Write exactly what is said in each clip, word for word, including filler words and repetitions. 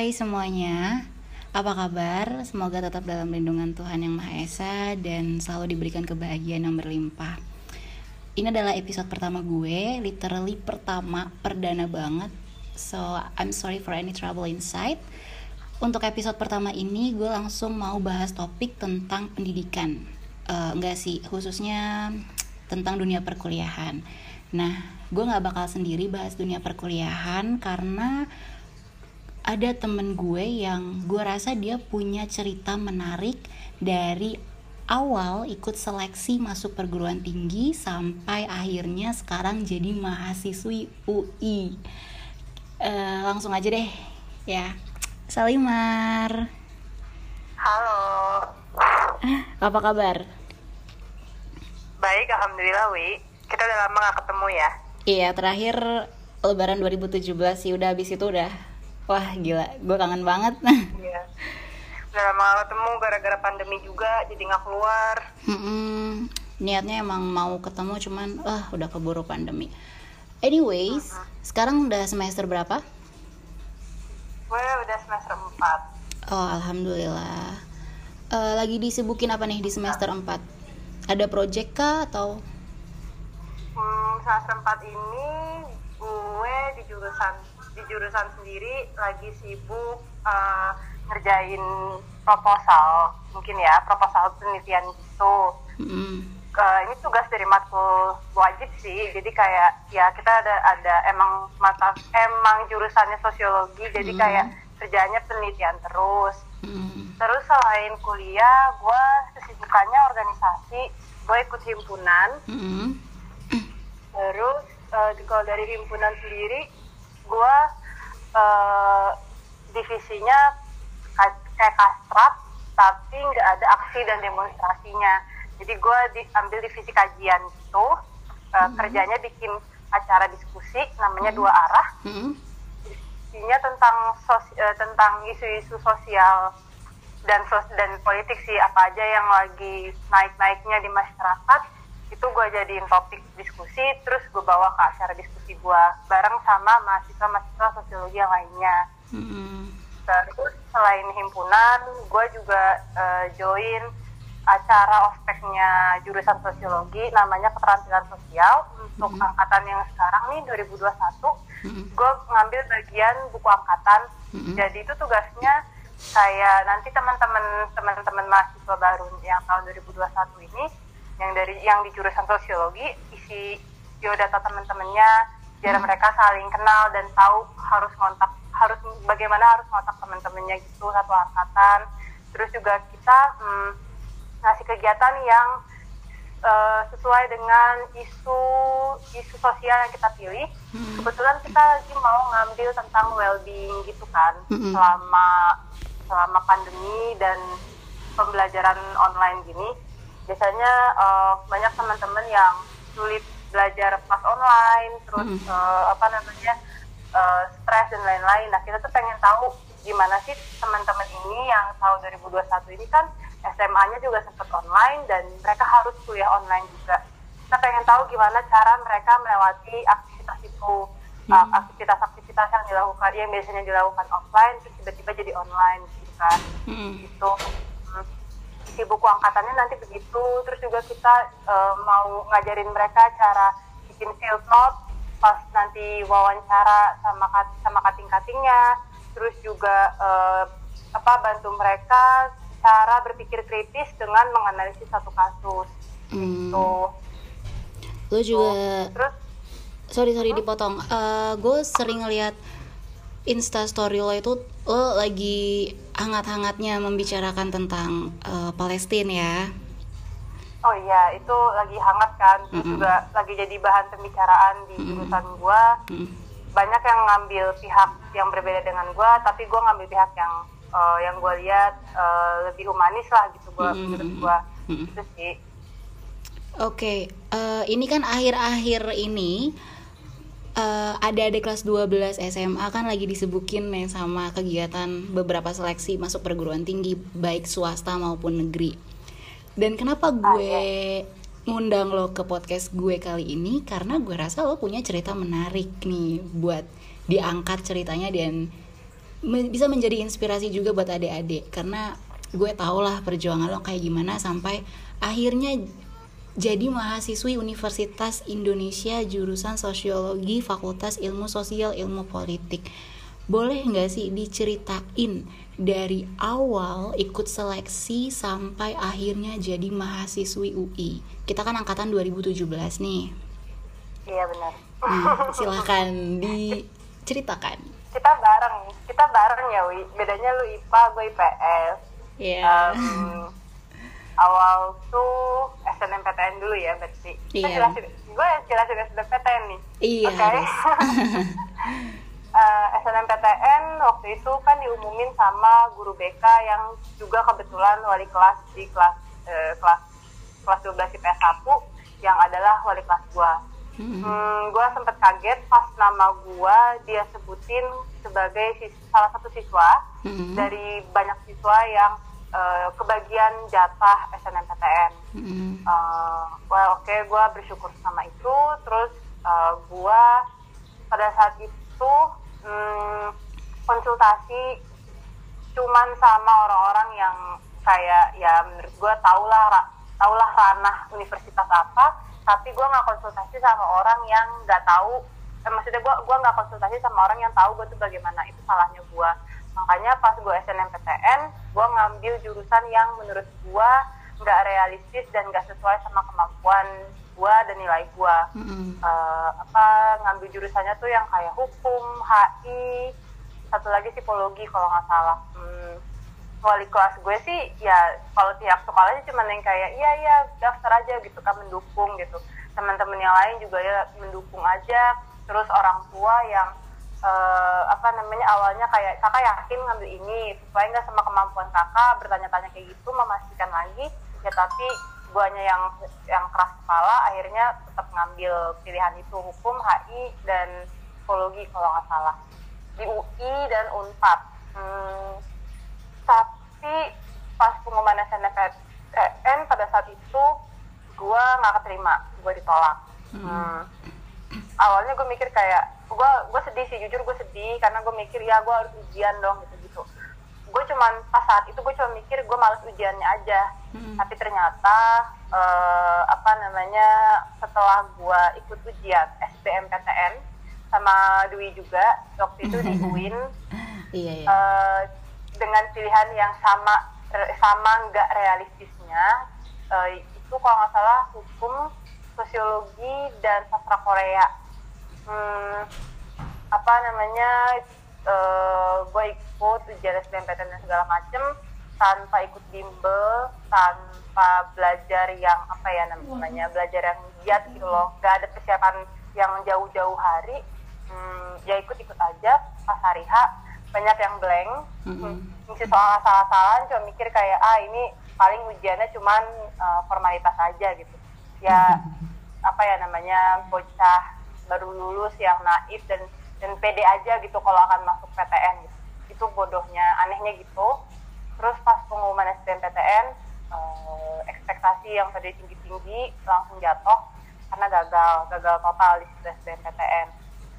Hai semuanya, apa kabar? Semoga tetap dalam lindungan Tuhan Yang Maha Esa dan selalu diberikan kebahagiaan yang berlimpah. Ini adalah episode pertama gue, literally pertama, perdana banget. So, I'm sorry for any trouble inside. Untuk episode pertama ini, gue langsung mau bahas topik tentang pendidikan. uh, Enggak sih, khususnya tentang dunia perkuliahan. Nah, gue gak bakal sendiri bahas dunia perkuliahan karena ada temen gue yang gue rasa dia punya cerita menarik dari awal ikut seleksi masuk perguruan tinggi sampai akhirnya sekarang jadi mahasiswi U I. Uh, langsung aja deh ya. Salimar. Halo. Apa kabar? Baik, alhamdulillah Wi. Kita udah lama gak ketemu ya. Iya, terakhir Lebaran dua ribu tujuh belas sih. Udah habis itu udah, wah gila, gue kangen banget. Iya. Udah lama gak ketemu gara-gara pandemi juga, jadi gak keluar. Mm-mm. Niatnya emang mau ketemu, cuman ah udah keburu pandemi. Anyways, uh-huh. Sekarang udah semester berapa? Gue udah semester empat. Oh, alhamdulillah. uh, Lagi disibukin apa nih di semester empat? Ada project kah atau? Hmm, semester empat ini gue di jurusan di jurusan sendiri lagi sibuk uh, ngerjain proposal, mungkin ya, proposal penelitian gitu. Mm-hmm. Uh, ini tugas dari matkul wajib sih, jadi kayak ya kita ada ada emang mata emang jurusannya sosiologi, jadi mm-hmm. kayak kerjanya penelitian terus. Mm-hmm. Terus selain kuliah, gue kesibukannya organisasi, gue ikut himpunan. Mm-hmm. Terus uh, kalau dari himpunan sendiri, gue uh, divisinya kayak kastrat, tapi nggak ada aksi dan demonstrasinya. Jadi gue diambil divisi kajian gitu, uh, mm-hmm. kerjanya bikin acara diskusi, namanya mm-hmm. dua arah. Mm-hmm. Isinya tentang sos- uh, tentang isu-isu sosial dan sos- dan politik sih, apa aja yang lagi naik-naiknya di masyarakat. Itu gue jadiin topik diskusi, terus gue bawa ke acara diskusi gue bareng sama mahasiswa-mahasiswa sosiologi yang lainnya. Mm-hmm. Terus selain himpunan, gue juga uh, join acara ospeknya jurusan sosiologi, namanya keterampilan sosial untuk mm-hmm. angkatan yang sekarang nih dua ribu dua puluh satu. Mm-hmm. Gue ngambil bagian buku angkatan. Mm-hmm. Jadi itu tugasnya saya nanti teman-teman teman-teman mahasiswa baru yang tahun dua ribu dua puluh satu ini, yang dari yang di jurusan sosiologi, isi biodata teman-temannya biar hmm. mereka saling kenal dan tahu harus kontak harus bagaimana harus kontak teman-temannya gitu satu angkatan. Terus juga kita hmm, ngasih kegiatan yang uh, sesuai dengan isu isu sosial yang kita pilih. Hmm. Kebetulan kita lagi mau ngambil tentang well-being gitu kan, hmm. selama selama pandemi dan pembelajaran online gini. Biasanya uh, banyak teman-teman yang sulit belajar pas online, terus mm. uh, apa namanya uh, stres dan lain-lain. Nah, kita tuh pengen tahu gimana sih teman-teman ini yang tahun dua ribu dua puluh satu ini kan S M A-nya juga sempat online dan mereka harus kuliah online juga. Kita pengen tahu gimana cara mereka melewati aktivitas itu, mm. uh, aktivitas-aktivitas yang dilakukan yang biasanya dilakukan offline terus tiba-tiba jadi online gitu kan. Mm. Gitu. Di buku angkatannya nanti begitu. Terus juga kita uh, mau ngajarin mereka cara bikin field note pas nanti wawancara sama sama kating-katingnya. Terus juga uh, apa bantu mereka cara berpikir kritis dengan menganalisis satu kasus. Hmm. Gitu. Lo juga. Terus sorry sorry hmm? dipotong. Uh, gue sering ngeliat Insta story lo itu lo lagi hangat-hangatnya membicarakan tentang uh, Palestina ya. Oh iya, itu lagi hangat kan. Terus mm-hmm. juga lagi jadi bahan pembicaraan di mm-hmm. jurusan gue. Mm-hmm. Banyak yang ngambil pihak yang berbeda dengan gue, tapi gue ngambil pihak yang uh, yang gue lihat uh, lebih humanis lah gitu gue mm-hmm. menurut gue. Mm-hmm. Itu sih. Oke, okay. uh, ini kan akhir-akhir ini Uh, ada-ada kelas dua belas S M A kan lagi disibukin nih sama kegiatan beberapa seleksi masuk perguruan tinggi baik swasta maupun negeri. Dan kenapa gue ngundang lo ke podcast gue kali ini karena gue rasa lo punya cerita menarik nih buat diangkat ceritanya dan me- bisa menjadi inspirasi juga buat adik-adik, karena gue tau lah perjuangan lo kayak gimana sampai akhirnya jadi mahasiswi Universitas Indonesia jurusan Sosiologi Fakultas Ilmu Sosial Ilmu Politik. Boleh nggak sih diceritain dari awal ikut seleksi sampai akhirnya jadi mahasiswi U I? Kita kan angkatan dua ribu tujuh belas nih. Iya benar. Nah, silahkan diceritakan. Kita bareng, kita bareng ya Wi. Bedanya lu I P A, gue I P S. Iya. Yeah. Um, awal tuh S N M P T N dulu ya berarti. Iya. Jelasin, gue jelasin S N M P T N nih. Iya. Oke. Okay. uh, S N M P T N waktu itu kan diumumin sama guru B K yang juga kebetulan wali kelas di kelas uh, kelas kelas dua belas I P S satu yang adalah wali kelas gue. Mm-hmm. Hmm, gue sempet kaget pas nama gue dia sebutin sebagai sis- salah satu siswa mm-hmm. dari banyak siswa yang uh, kebagian jatah S N M P T N. Mm-hmm. Uh, well, oke, okay, gue bersyukur sama itu. Terus uh, gue pada saat itu um, konsultasi cuman sama orang-orang yang kayak ya menurut gue taulah taulah ranah universitas apa. Tapi gue nggak konsultasi sama orang yang nggak tahu, eh, maksudnya gue gue nggak konsultasi sama orang yang tahu gue tuh bagaimana, itu salahnya gue. Makanya pas gue S N M P T N, gue ngambil jurusan yang menurut gue nggak realistis dan nggak sesuai sama kemampuan gue dan nilai gue. Mm-hmm. Uh, apa ngambil jurusannya tuh yang kayak hukum, H I, satu lagi psikologi kalau nggak salah. Hmm. Wali kelas gue sih ya kalau tiap sekolahnya cuma yang kayak iya iya daftar aja gitu kan, mendukung gitu. Teman-teman yang lain juga ya mendukung aja. Terus orang tua yang uh, apa namanya awalnya kayak kakak yakin ngambil ini supaya nggak sama kemampuan kakak, bertanya-tanya kayak gitu, memastikan lagi ya. Tapi guanya yang yang keras kepala akhirnya tetap ngambil pilihan itu, hukum, H I dan psikologi kalau nggak salah di U I dan Unpad. Hmm, tapi pas pengumuman S N M P T N pada saat itu gue nggak keterima, gue ditolak. hmm. Hmm. Awalnya gue mikir kayak gue gue sedih sih, jujur gue sedih karena gue mikir ya gue harus ujian dong gitu gitu. Gue cuman pas saat itu gue cuma mikir gue males ujiannya aja. hmm. Tapi ternyata uh, apa namanya setelah gue ikut ujian S B M P T N sama Dwi juga waktu itu di U I N. Iya, iya. Uh, dengan pilihan yang sama sama nggak realistisnya, uh, itu kalau nggak salah hukum, sosiologi dan sastra Korea. Hmm, apa namanya uh, gue ikut ujian S B M P T N dan segala macem tanpa ikut bimbel, tanpa belajar yang apa ya namanya belajar yang giat gitu loh, nggak ada persiapan yang jauh-jauh hari. Hmm, ya ikut-ikut aja pas hari H. Banyak yang blank, mm-hmm. ngisi soal asal-asalan, cuma mikir kayak ah ini paling ujiannya cuman uh, formalitas aja gitu. Ya mm-hmm. apa ya namanya bocah baru lulus yang naif dan dan pede aja gitu kalau akan masuk P T N gitu. Itu bodohnya, anehnya gitu. Terus pas pengumuman S B M P T N, uh, ekspektasi yang tadi tinggi-tinggi langsung jatuh karena gagal, gagal total di S B M P T N.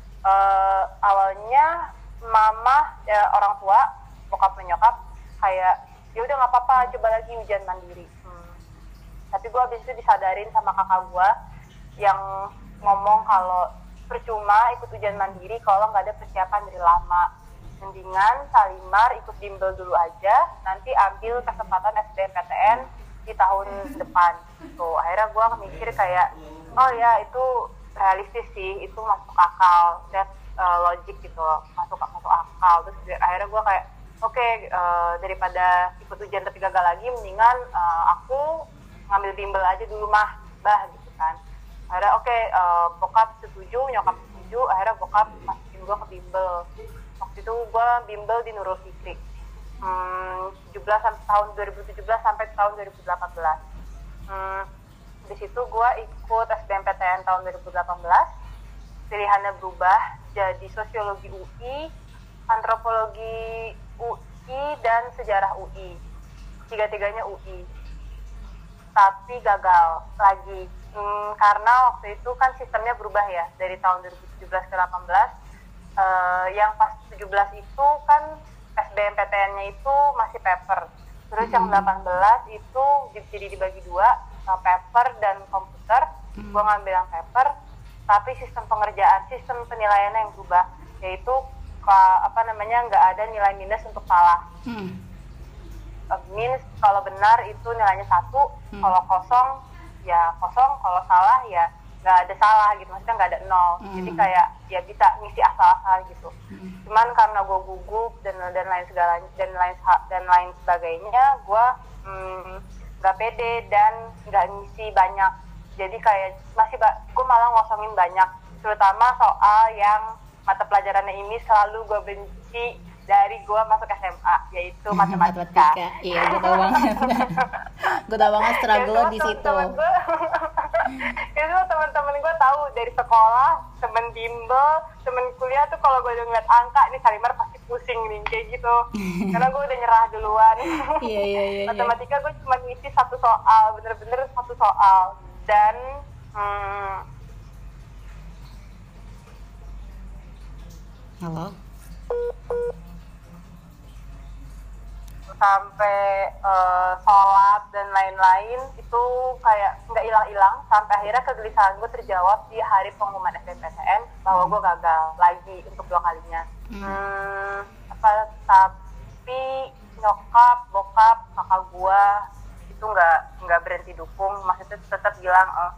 Uh, awalnya mama ya, orang tua bokap menyokap kayak ya udah nggak apa-apa coba lagi ujian mandiri. hmm. Tapi gue abis itu disadarin sama kakak gue yang ngomong kalau percuma ikut ujian mandiri kalau nggak ada persiapan dari lama, mendingan salimar ikut bimbel dulu aja, nanti ambil kesempatan S B M P T N di tahun depan. Tuh akhirnya gue mikir kayak oh ya itu realistis sih, itu masuk akal, that uh, logik gitu loh, masuk masuk akal. Terus akhirnya gue kayak oke okay, uh, daripada ikut ujian tapi gagal lagi, mendingan uh, aku ngambil bimbel aja dulu mah bah gitu kan. Akhirnya oke okay, uh, bokap setuju, nyokap setuju, akhirnya bokap masukin gue ke bimbel. Waktu itu gue bimbel di Nurul Fikri hmm, tujuh belas sampai tahun dua ribu tujuh belas sampai tahun dua ribu delapan belas. hmm, Di situ gue ikut S B M P T N tahun dua ribu delapan belas. Pilihannya berubah jadi sosiologi U I, antropologi U I, dan sejarah U I. Tiga-tiganya U I. Tapi gagal lagi. Hmm, karena waktu itu kan sistemnya berubah ya. Dari tahun dua ribu tujuh belas ke delapan belas. uh, yang pas tujuh belas itu kan S B M P T N-nya itu masih paper. Terus yang delapan belas itu jadi dibagi dua, uh, paper dan komputer. Hmm. Gue ngambil yang paper, tapi sistem pengerjaan, sistem penilaiannya yang berubah, yaitu ka, apa namanya nggak ada nilai minus untuk salah. Hmm. Uh, minus kalau benar itu nilainya satu, Hmm. kalau kosong ya kosong, kalau salah ya nggak ada salah gitu, maksudnya nggak ada nol. Hmm. Jadi kayak ya bisa ngisi asal-asal gitu. Hmm. Cuman karena gue gugup dan dan lain segala dan lain dan lain sebagainya, gue nggak hmm, pede dan nggak ngisi banyak. Jadi kayak masih gue malah ngosongin banyak, terutama soal yang mata pelajarannya ini selalu gue benci dari gue masuk S M A, yaitu matematika. Matematika, iya gue tau banget. Gue tau banget struggle di situ. Itu teman-teman gue tahu dari sekolah, temen bimbel, temen kuliah tuh kalau gue udah ngeliat angka nih Salimar pasti pusing nih kayak gitu. Karena gue udah nyerah duluan. Iya iya iya. Matematika gue cuma ngisi satu soal, bener-bener satu soal. Dan hmm, halo. sampai uh, sholat dan lain-lain itu kayak nggak hilang-hilang, sampai akhirnya kegelisahan gue terjawab di hari pengumuman S B M P T N bahwa gue gagal lagi untuk dua kalinya. Hmm, apa tapi nyokap, bokap, kakak gue itu nggak nggak berhenti dukung, maksudnya tetap bilang uh,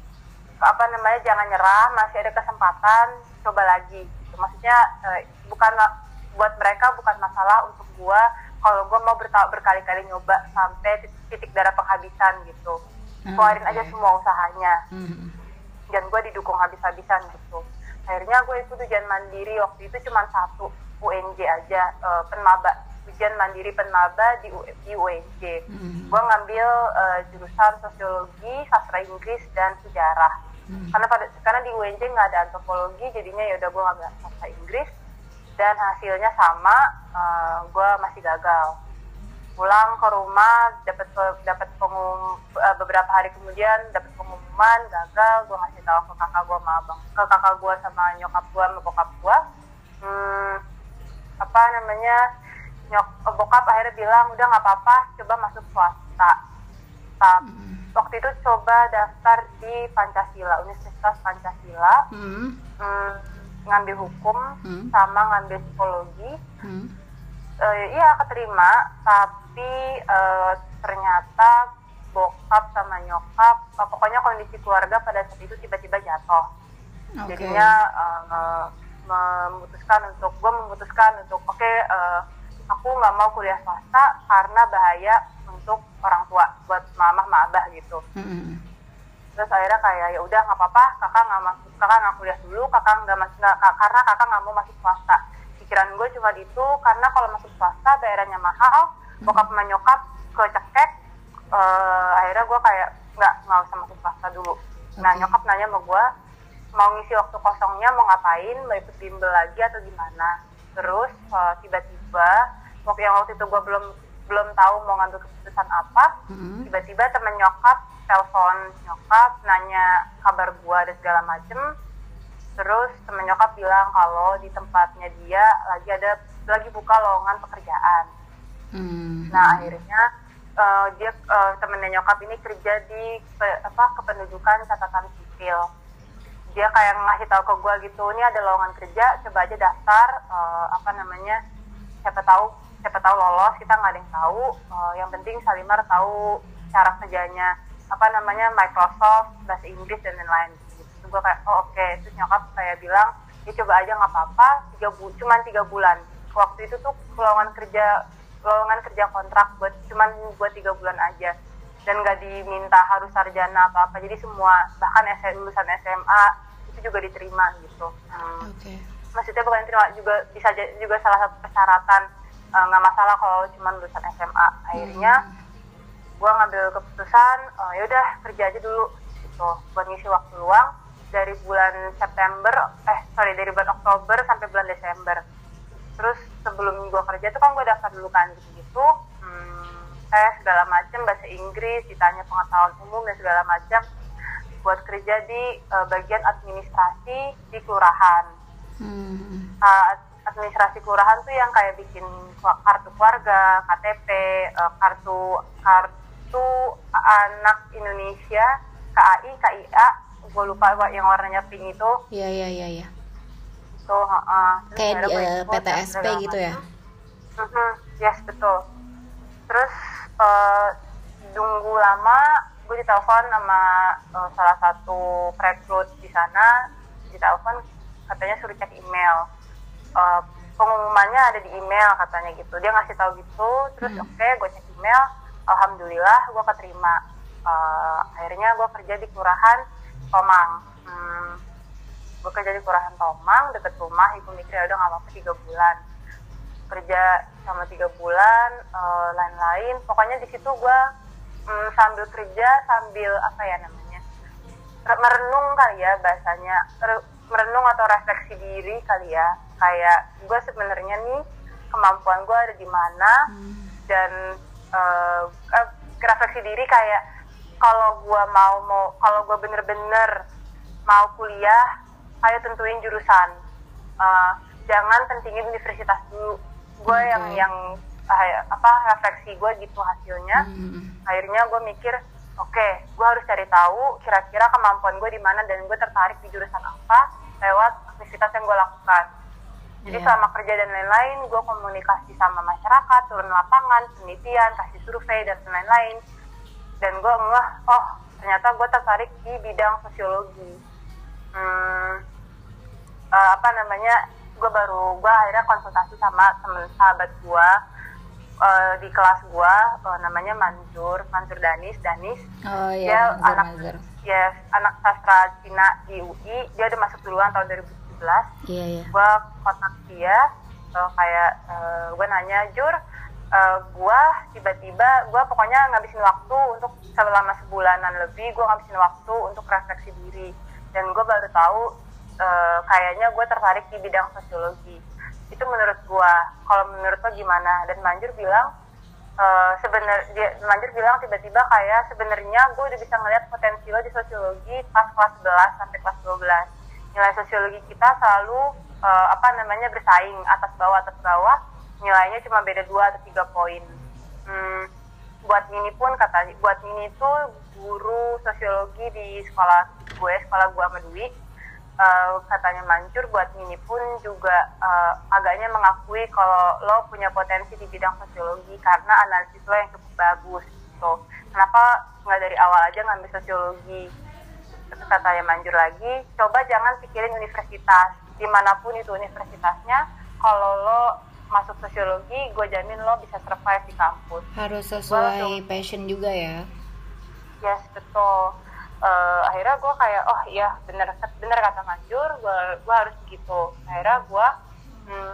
apa namanya jangan nyerah, masih ada kesempatan, coba lagi. Gitu. Maksudnya uh, bukan buat mereka bukan masalah, untuk gue kalau gue mau berta- berkali-kali nyoba sampai titik, titik darah penghabisan gitu, keluarin okay. aja semua usahanya. Mm-hmm. Dan gue didukung habis-habisan gitu. Akhirnya gue ikut ujian mandiri, waktu itu cuma satu U N J aja, uh, penmaba, ujian mandiri penmaba di, U- di U N J. Mm-hmm. Gue ngambil uh, jurusan sosiologi, sastra Inggris dan sejarah. Mm-hmm. Karena pada karena di U N J nggak ada antropologi, jadinya ya udah gue ngambil sastra Inggris. Dan hasilnya sama, uh, gue masih gagal. Pulang ke rumah, dapat dapat pengum uh, beberapa hari kemudian dapat pengumuman gagal. Gue ngasih tahu ke kakak gue sama abang, ke kakak gue sama nyokap gue sama bokap gue. Hmm, apa namanya nyok bokap akhirnya bilang udah nggak apa-apa, coba masuk swasta. Tapi mm. waktu itu coba daftar di Pancasila, Universitas Pancasila. Mm. Hmm, ngambil hukum hmm. sama ngambil psikologi. hmm. uh, iya keterima, tapi uh, ternyata bokap sama nyokap, uh, pokoknya kondisi keluarga pada saat itu tiba-tiba jatuh. Okay. Jadinya uh, memutuskan untuk gue memutuskan untuk oke okay, uh, aku nggak mau kuliah swasta karena bahaya untuk orang tua, buat mama sama abah gitu. hmm. Terus akhirnya kayak ya udah nggak apa-apa, kakak nggak masuk, kakak nggak kuliah dulu, kakak nggak masuk nggak karena kakak nggak mau masuk swasta. Pikiran gue cuma itu, karena kalau masuk swasta bayarannya mahal, bokap sama nyokap kecekek. Uh, akhirnya gue kayak nggak nggak usah masuk swasta dulu. Okay. Nah nyokap nanya sama gue mau ngisi waktu kosongnya mau ngapain, mau ikut bimbel lagi atau gimana. Terus uh, tiba-tiba waktu yang waktu itu gue belum belum tahu mau ngambil keputusan apa, mm-hmm. tiba-tiba temen nyokap telepon nyokap nanya kabar gua dan segala macem. Terus temen nyokap bilang kalau di tempatnya dia lagi ada lagi buka lowongan pekerjaan. hmm. Nah akhirnya uh, dia uh, temennya nyokap ini kerja di pe, apa kependudukan catatan sipil. Dia kayak ngasih tahu ke gua gitu, ini ada lowongan kerja, coba aja daftar. Uh, apa namanya siapa tahu siapa tahu lolos, kita nggak ada yang tahu. Uh, yang penting Salimar tahu cara kerjanya, apa namanya Microsoft, bahasa Inggris dan lain-lain gitu. Terus gue kayak oh oke, okay. Terus nyokap kayak bilang ya coba aja nggak apa-apa, tiga bu cuman tiga bulan. Waktu itu tuh lowongan kerja lowongan kerja kontrak buat cuman buat tiga bulan aja, dan nggak diminta harus sarjana atau apa, jadi semua bahkan S M, lulusan S M A itu juga diterima gitu. Hmm. Okay. Maksudnya bukan diterima, juga bisa juga salah satu persyaratan, nggak uh, masalah kalau cuman lulusan S M A. Akhirnya hmm. gue ngambil keputusan, uh, yaudah kerja aja dulu gitu, buat ngisi waktu luang dari bulan September, eh sorry dari bulan Oktober sampai bulan Desember. Terus sebelum gue kerja tuh kan gue daftar dulu kan gitu-gitu, hmm, tes segala macam, bahasa Inggris, ditanya pengetahuan umum dan segala macam, buat kerja di uh, bagian administrasi di kelurahan. Hmm. Uh, administrasi kelurahan tuh yang kayak bikin kartu keluarga, K T P, uh, kartu kartu anak Indonesia, K A I, K I A, gue lupa yang warnanya pink itu. Iya iya iya iya. Tuh, uh, kayak di uh, P T S P gitu ya? Uh-huh. Yes, betul. Terus uh, nunggu lama, gue ditelepon sama uh, salah satu rekrut di sana, ditelepon katanya suruh cek email. Uh, pengumumannya ada di email katanya gitu. Dia ngasih tahu gitu, terus hmm. oke, okay, gue cek email, alhamdulillah gue keterima. Uh, akhirnya gue kerja di kelurahan Tomang. Hmm, gue kerja di kelurahan Tomang, deket rumah. Ibu mikir ya udah nggak apa-apa tiga bulan. Kerja sama tiga bulan, uh, lain-lain. Pokoknya di situ gue mm, sambil kerja, sambil apa ya namanya, merenung kali ya bahasanya, merenung atau refleksi diri kali ya. Kayak gue sebenarnya nih kemampuan gue ada di mana, hmm. dan uh, uh, refleksi diri kayak kalau gue mau mau kalau gue bener-bener mau kuliah, ayo tentuin jurusan, uh, jangan pentingin universitas dulu. Gue okay. yang yang uh, apa refleksi gue gitu hasilnya. Hmm. Akhirnya gue mikir, oke, okay, gue harus cari tahu kira-kira kemampuan gue di mana dan gue tertarik di jurusan apa lewat aktivitas yang gue lakukan. Jadi yeah. selama kerja dan lain-lain, gue komunikasi sama masyarakat, turun lapangan, penelitian, kasih survei dan lain-lain. Dan gue ngeh, oh ternyata gue tertarik di bidang sosiologi. Hmm, uh, apa namanya? Gue baru gue akhirnya konsultasi sama temen sahabat gue uh, di kelas gue, uh, namanya Manjur, Manjur Danis, Danis. Oh iya. Dia Manjur, anak, Manjur. Yes, anak sastra Cina di U I. Dia udah masuk duluan tahun dua ribu tujuh belas. Iya iya. Gue kontak dia, uh, kayak uh, gue nanya, Jur, uh, gue tiba-tiba gue pokoknya ngabisin waktu untuk selama sebulanan lebih, gue ngabisin waktu untuk refleksi diri. Dan gue baru tahu Uh, kayaknya gue tertarik di bidang sosiologi. Itu menurut gue. Kalau menurut lo gimana? Dan Manjur bilang uh, sebenarnya Manjur bilang tiba-tiba kayak sebenarnya gue udah bisa ngeliat potensi lo di sosiologi pas kelas sebelas sampai kelas dua belas. Nilai sosiologi kita selalu uh, apa namanya bersaing atas bawah atas bawah. Nilainya cuma beda dua atau tiga poin. Hmm, buat Mini pun kata buat Mini tuh guru sosiologi di sekolah gue, sekolah gue sama Dwi. Uh, katanya Manjur buat Mini pun juga uh, agaknya mengakui kalau lo punya potensi di bidang sosiologi karena analisis lo yang cukup bagus gitu. Kenapa nggak dari awal aja ngambil sosiologi? Terus katanya Manjur lagi, coba jangan pikirin universitas, dimanapun itu universitasnya, kalau lo masuk sosiologi, gue jamin lo bisa survive di kampus. Harus sesuai Gua, passion juga ya? Yes, betul. Uh, akhirnya gue kayak oh iya bener bener kata Manjur, gue gue harus begitu. Akhirnya gue hmm,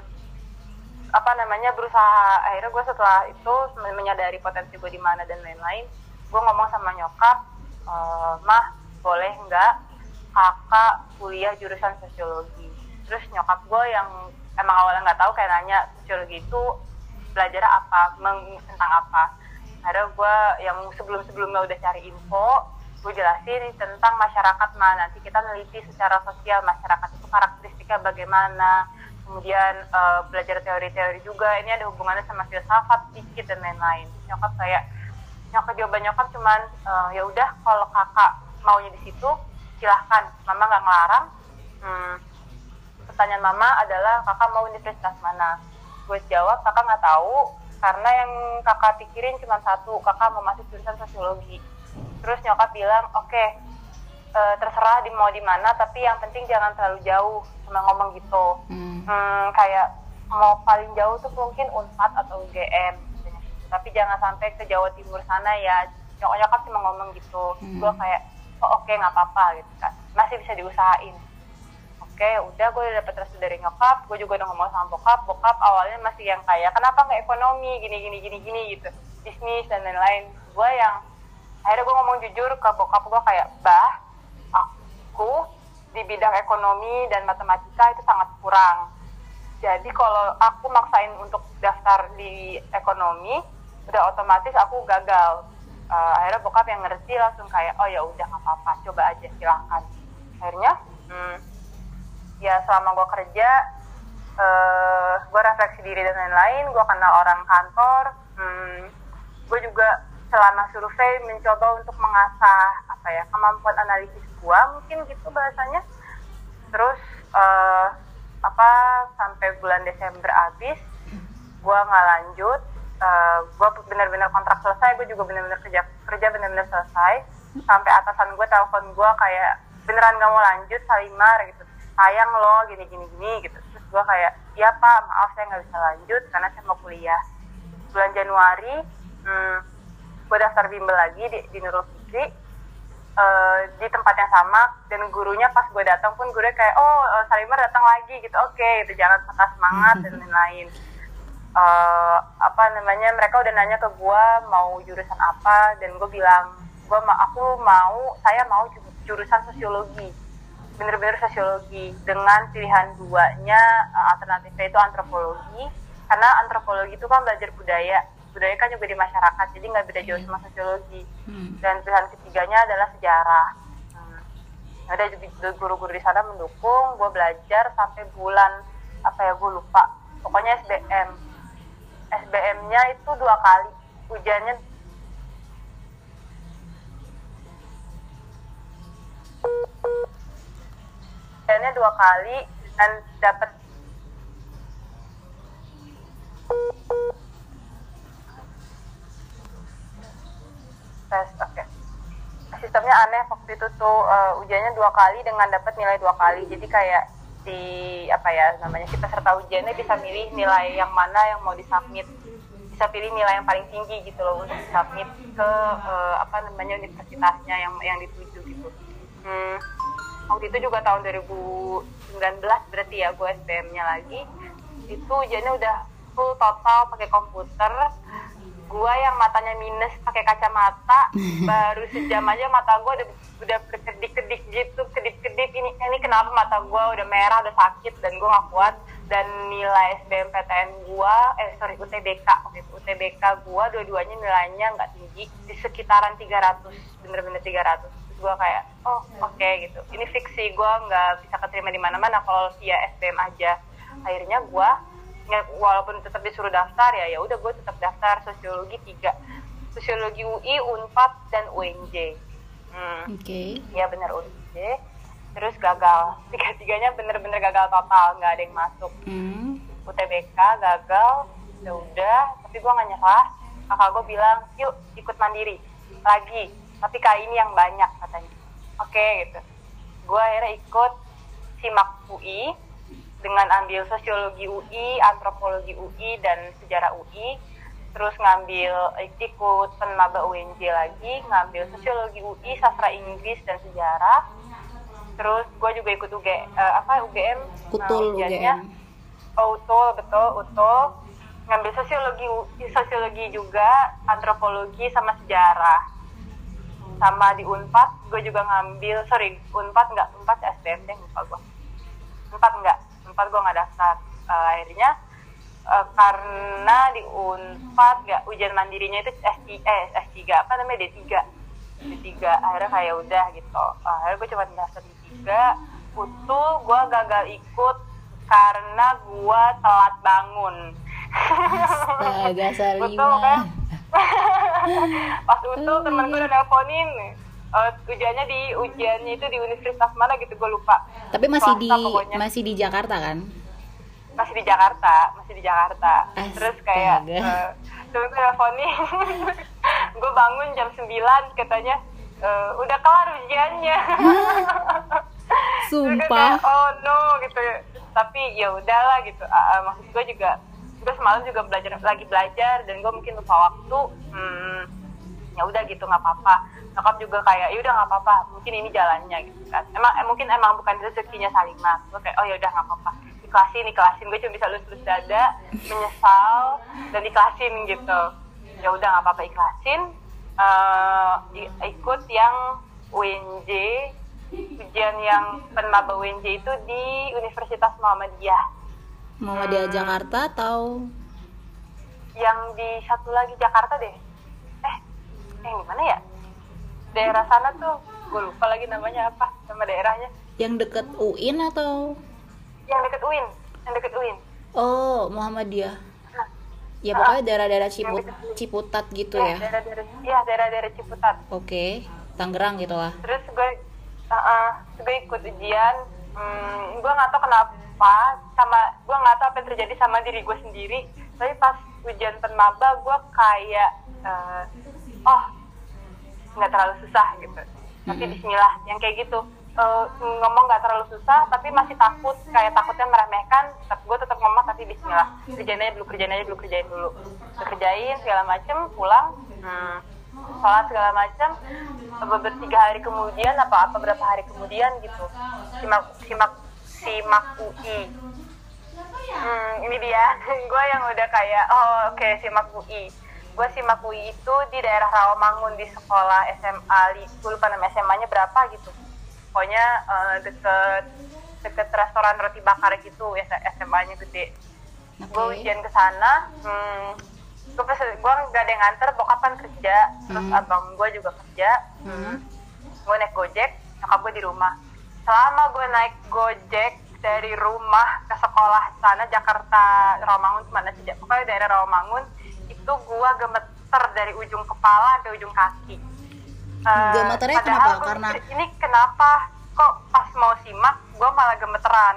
apa namanya berusaha. Akhirnya gue setelah itu menyadari potensi gue di mana dan lain-lain, gue ngomong sama nyokap, e, mah boleh nggak kakak kuliah jurusan sosiologi. Terus nyokap gue yang emang awalnya nggak tahu kayak nanya sosiologi itu belajar apa, meng, tentang apa. Akhirnya gue yang sebelum-sebelumnya udah cari info, gue jelasin tentang masyarakat mana, nanti kita neliti secara sosial masyarakat itu karakteristiknya bagaimana, kemudian uh, belajar teori-teori juga, ini ada hubungannya sama filsafat sedikit dan lain-lain. Nyokap kayak nyokap jawaban nyokap cuman uh, ya udah kalau kakak maunya di situ silahkan, mama nggak ngelarang. hmm, pertanyaan mama adalah kakak mau universitas mana? Gue jawab kakak nggak tahu karena yang kakak pikirin cuma satu, kakak mau masuk jurusan sosiologi. Terus nyokap bilang, oke, okay, uh, terserah di mau di mana, tapi yang penting jangan terlalu jauh, cuma ngomong gitu. Hmm. Hmm, kayak mau paling jauh tuh mungkin Unpad atau U G M, gitu. Tapi jangan sampai ke Jawa Timur sana ya. Nyokap nyokap cuma ngomong gitu. Hmm. Gue kayak, oh oke okay, nggak apa-apa gitu kan, masih bisa diusahain. Oke, okay, udah gue udah dapet restu dari nyokap, gue juga udah ngomong sama bokap. Bokap awalnya masih yang kayak, kenapa nggak ekonomi, gini gini gini gini gitu, bisnis dan lain-lain. Gue yang akhirnya gue ngomong jujur ke bokap gue kayak, bah, aku di bidang ekonomi dan matematika itu sangat kurang. Jadi kalau aku maksain untuk daftar di ekonomi, udah otomatis aku gagal. Uh, akhirnya bokap yang ngerti langsung kayak, oh ya udah nggak apa-apa, coba aja silahkan. Akhirnya, hmm, ya selama gue kerja uh, gue refleksi diri dan lain-lain, gue kenal orang kantor, hmm, gue juga selama survei mencoba untuk mengasah apa ya kemampuan analisis gue mungkin gitu bahasanya. Terus uh, apa sampai bulan Desember habis gue nggak lanjut, uh, gue benar-benar kontrak selesai, gue juga benar-benar kerja kerja benar-benar selesai, sampai atasan gue telepon gue kayak beneran gak mau lanjut Salimar gitu, sayang lo gini gini gini gitu. Terus gue kayak iya pak maaf saya nggak bisa lanjut karena saya mau kuliah. Bulan Januari hmm, gue daftar bimbel lagi di, di Nurul Fikri uh, di tempat yang sama, dan gurunya pas gue datang pun gurunya kayak oh uh, Salimar datang lagi gitu, oke okay, gitu, jangan patah semangat dan lain-lain. Uh, apa namanya mereka udah nanya ke gue mau jurusan apa, dan gue bilang gue ma aku mau saya mau jurusan sosiologi, bener-bener sosiologi dengan pilihan duanya uh, alternatifnya itu antropologi, karena antropologi itu kan belajar budaya, budaya kan juga di masyarakat, jadi nggak beda jauh sama sosiologi. Dan pilihan ketiganya adalah sejarah. Hmm. Ada guru-guru di sana mendukung gue belajar sampai bulan apa ya gue lupa, pokoknya S B M S B M-nya itu dua kali ujiannya. Ujiannya dua kali dan dapat tes. Oke. Okay. Sistemnya aneh waktu itu tuh, uh, ujiannya dua kali dengan dapat nilai dua kali. Jadi kayak di apa ya namanya si peserta ujiannya bisa milih nilai yang mana yang mau disubmit, bisa pilih nilai yang paling tinggi gitu loh untuk disubmit ke uh, apa namanya universitasnya yang yang dituju gitu. Hmm, waktu itu juga tahun dua ribu sembilan belas berarti ya gue S B M-nya lagi, itu ujiannya udah full total pakai komputer. Gue yang matanya minus pakai kacamata, baru sejam aja mata gue udah udah berkedip-kedip gitu, kedip-kedip ini ini kenapa mata gue udah merah, udah sakit, dan gue nggak kuat. Dan nilai S B M P T N gue, eh sorry U T B K, waktu itu U T B K gue dua-duanya nilainya nggak tinggi, di sekitaran tiga ratus, bener-bener tiga ratus. Terus gue kayak, oh oke okay, gitu, ini fiksi gue nggak bisa keterima di mana-mana kalau via S B M aja. Akhirnya gue walaupun tetap disuruh daftar ya ya udah gue tetap daftar sosiologi tiga, sosiologi U I, Unpad, dan U N J. Hmm. Oke. Okay. Ya benar U N J. Terus gagal, tiga-tiganya bener-bener gagal total, nggak ada yang masuk. Hmm. U T B K gagal, ya udah. Tapi gue nggak nyerah. Kakak gue bilang, yuk ikut mandiri lagi. Tapi kali ini yang banyak katanya. Oke okay, gitu. Gue akhirnya ikut SIMAK U I dengan ambil sosiologi U I, antropologi U I, dan sejarah U I. Terus ngambil ikut penmaba U N J lagi, ngambil sosiologi U I, sastra Inggris, dan sejarah. Terus gue juga ikut U G, uh, apa U G M? Utul nah, U G M. Oh, Utul, betul, Utul. Ngambil sosiologi U I, sosiologi juga, antropologi, sama sejarah. Sama di Unpad, gue juga ngambil, sorry, Unpad enggak, Unpad S B M deh, lupa gue. Unpad enggak. Unpad gue nggak daftar, uh, akhirnya uh, karena di Unpad nggak ujian mandirinya itu S tiga, eh S tiga apa namanya D tiga, D tiga akhirnya kayak udah gitu. Uh, akhirnya gue cuma daftar D tiga. Utul gue gagal ikut karena gue telat bangun. Astaga, Salima. Utul kan? Pas Utul temen gue udah nelponin. Uh, ujiannya di ujiannya itu di universitas mana gitu gue lupa. Tapi masih Swasta, di pokoknya. masih di Jakarta kan? Masih di Jakarta, masih di Jakarta. Astaga. Terus kayak uh, temen gue teleponin, gue bangun jam sembilan katanya uh, udah kelar ujiannya. Sumpah. Kayak, oh no gitu. Tapi ya udahlah gitu. Uh, maksud gue juga, gue semalam juga belajar lagi belajar dan gue mungkin lupa waktu. Hmm, ya udah gitu nggak apa-apa. Nyokap juga kayak ya udah nggak apa-apa, mungkin ini jalannya gitu kan. Emang eh, mungkin emang bukan rezekinya Salimah. Gue kayak oh ya udah nggak apa-apa, ikhlasin ikhlasin. Gue cuma bisa lulus-lulus dada, menyesal dan ikhlasin gitu. Ya udah nggak apa-apa, ikhlasin. Uh, ikut yang U N J, ujian yang penmaba U N J itu di Universitas Muhammadiyah. Muhammadiyah hmm. Jakarta atau yang di satu lagi Jakarta deh. Eh, eh gimana ya? Daerah sana tuh, gue lupa lagi namanya apa, nama daerahnya. Yang deket U I N atau? yang deket U I N, yang deket U I N. Oh, Muhammadiyah. Nah, Ya pokoknya uh, daerah-daerah yang Ciput, deket U I N. Ciputat gitu Iya, ya. daerah-daerah, iya daerah-daerah Ciputat. Oke, Tangerang gitu lah. Terus gue, uh, uh, gue ikut ujian. Hmm, gue nggak tahu kenapa, sama gue nggak tahu apa yang terjadi sama diri gue sendiri. Tapi pas ujian penmaba gue kayak, uh, oh nggak terlalu susah gitu. Tapi Mm-mm. Bismillah, yang kayak gitu. Uh, ngomong nggak terlalu susah, tapi masih takut, kayak takutnya meremehkan. Tetap gue tetap ngomong tapi Bismillah. Kerjain aja dulu, kerjain aja dulu, kerjain dulu. Udah kerjain segala macem, pulang. Hmm, sholat segala macam beberapa tiga hari kemudian apa apa berapa hari kemudian gitu simak simak simak U I. Hmm, ini dia gue yang udah kayak oh oke okay, simak U I. Gue simak U I itu di daerah Rawamangun di sekolah S M A, gue lupa nama S M A-nya berapa gitu. Pokoknya uh, deket deket restoran roti bakar gitu, ya S M A-nya gede. Oke. Gue ujian ke sana. Hmm, gue pas gue nggak ada yang nganter, bokap kan kerja, terus Hmm. abang gue juga kerja. Hmm. Gue naik gojek, nyokap gue di rumah. Selama gue naik gojek dari rumah ke sekolah sana Jakarta Rawamangun mana sih, pokoknya daerah Rawamangun itu gue gemeter dari ujung kepala sampai ujung kaki. Uh, Gemeternya padahal kenapa? Gua Karena mikir, ini kenapa kok pas mau simak gue malah gemeteran.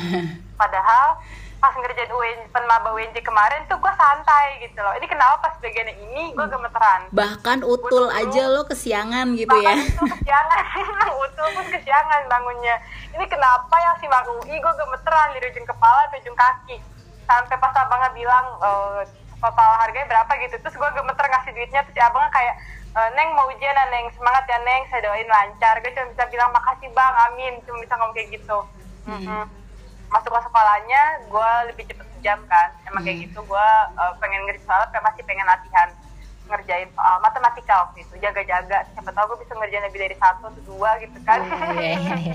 Padahal pas ngerjain U N J, penmaba U N J kemarin tuh gue santai gitu loh. Ini kenapa pas bagian ini gue gemeteran? bahkan utul Gua aja dulu- lo kesiangan gitu ya. Bahkan itu kesiangan, utul pun kesiangan bangunnya. Ini kenapa yang simak U I gue gemeteran dari ujung kepala ke ujung kaki. Sampai pas abangnya bilang e, total harganya berapa gitu. Terus gue gemeter ngasih duitnya. Terus si abangnya kayak, e, Neng mau ujian ya Neng, semangat ya Neng, saya doain lancar. Gue cuma bisa bilang makasih bang, amin. Cuma bisa ngomong kayak gitu. Hmm. Mm-hmm. Masuk ke sekolahnya, gue lebih cepet sejam kan. Emang Hmm. kayak gitu, gue uh, pengen ngerjain soal, tapi masih pengen latihan ngerjain soal matematika waktu itu, jaga-jaga. Siapa tahu gue bisa ngerjain lebih dari satu atau dua gitu kan. Iya, iya, iya.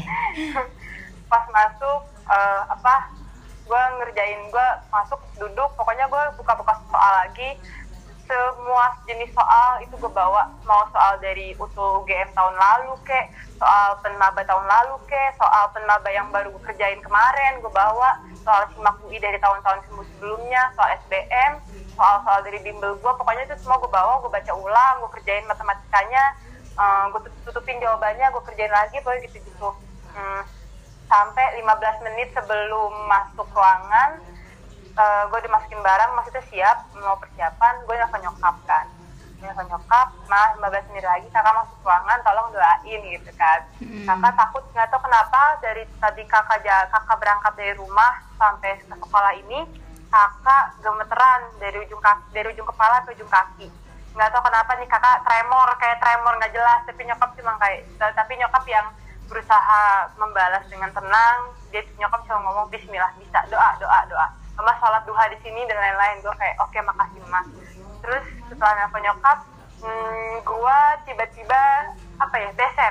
Pas masuk, uh, apa, gue ngerjain, gue masuk, duduk, pokoknya gue buka-buka soal lagi. Semua jenis soal itu gue bawa, mau soal dari U T U G M tahun lalu kek, soal penmaba tahun lalu kek, soal penmaba yang baru gue kerjain kemarin gue bawa, soal simak U I dari tahun-tahun sebelumnya, soal S B M, soal-soal dari bimbel gue, pokoknya itu semua gue bawa, gue baca ulang, gue kerjain matematikanya, uh, gue tutupin jawabannya, gue kerjain lagi, pokoknya gitu-gitu. Hmm, sampai lima belas menit sebelum masuk ruangan, Uh, gue dimasukin barang, maksudnya siap, mau persiapan, gue nelfon nyokap kan. Gue nelfon nyokap, mah lima belas menit lagi kakak masuk ruangan, tolong doain gitu kan. Hmm. Kakak takut, gak tau kenapa, dari tadi kakak, kakak berangkat dari rumah sampai ke sekolah ini, kakak gemeteran dari ujung kaki, dari ujung kepala ke ujung kaki. Gak tau kenapa nih kakak tremor, kayak tremor gak jelas, tapi nyokap cuma kayak, tapi nyokap yang berusaha membalas dengan tenang, dia nyokap cuma ngomong Bismillah, bisa, doa, doa, doa. Mama sholat duha di sini dan lain-lain. Gue kayak oke okay, makasih Mama. Terus setelah nelfon nyokap, hmm, gue tiba-tiba apa ya beser.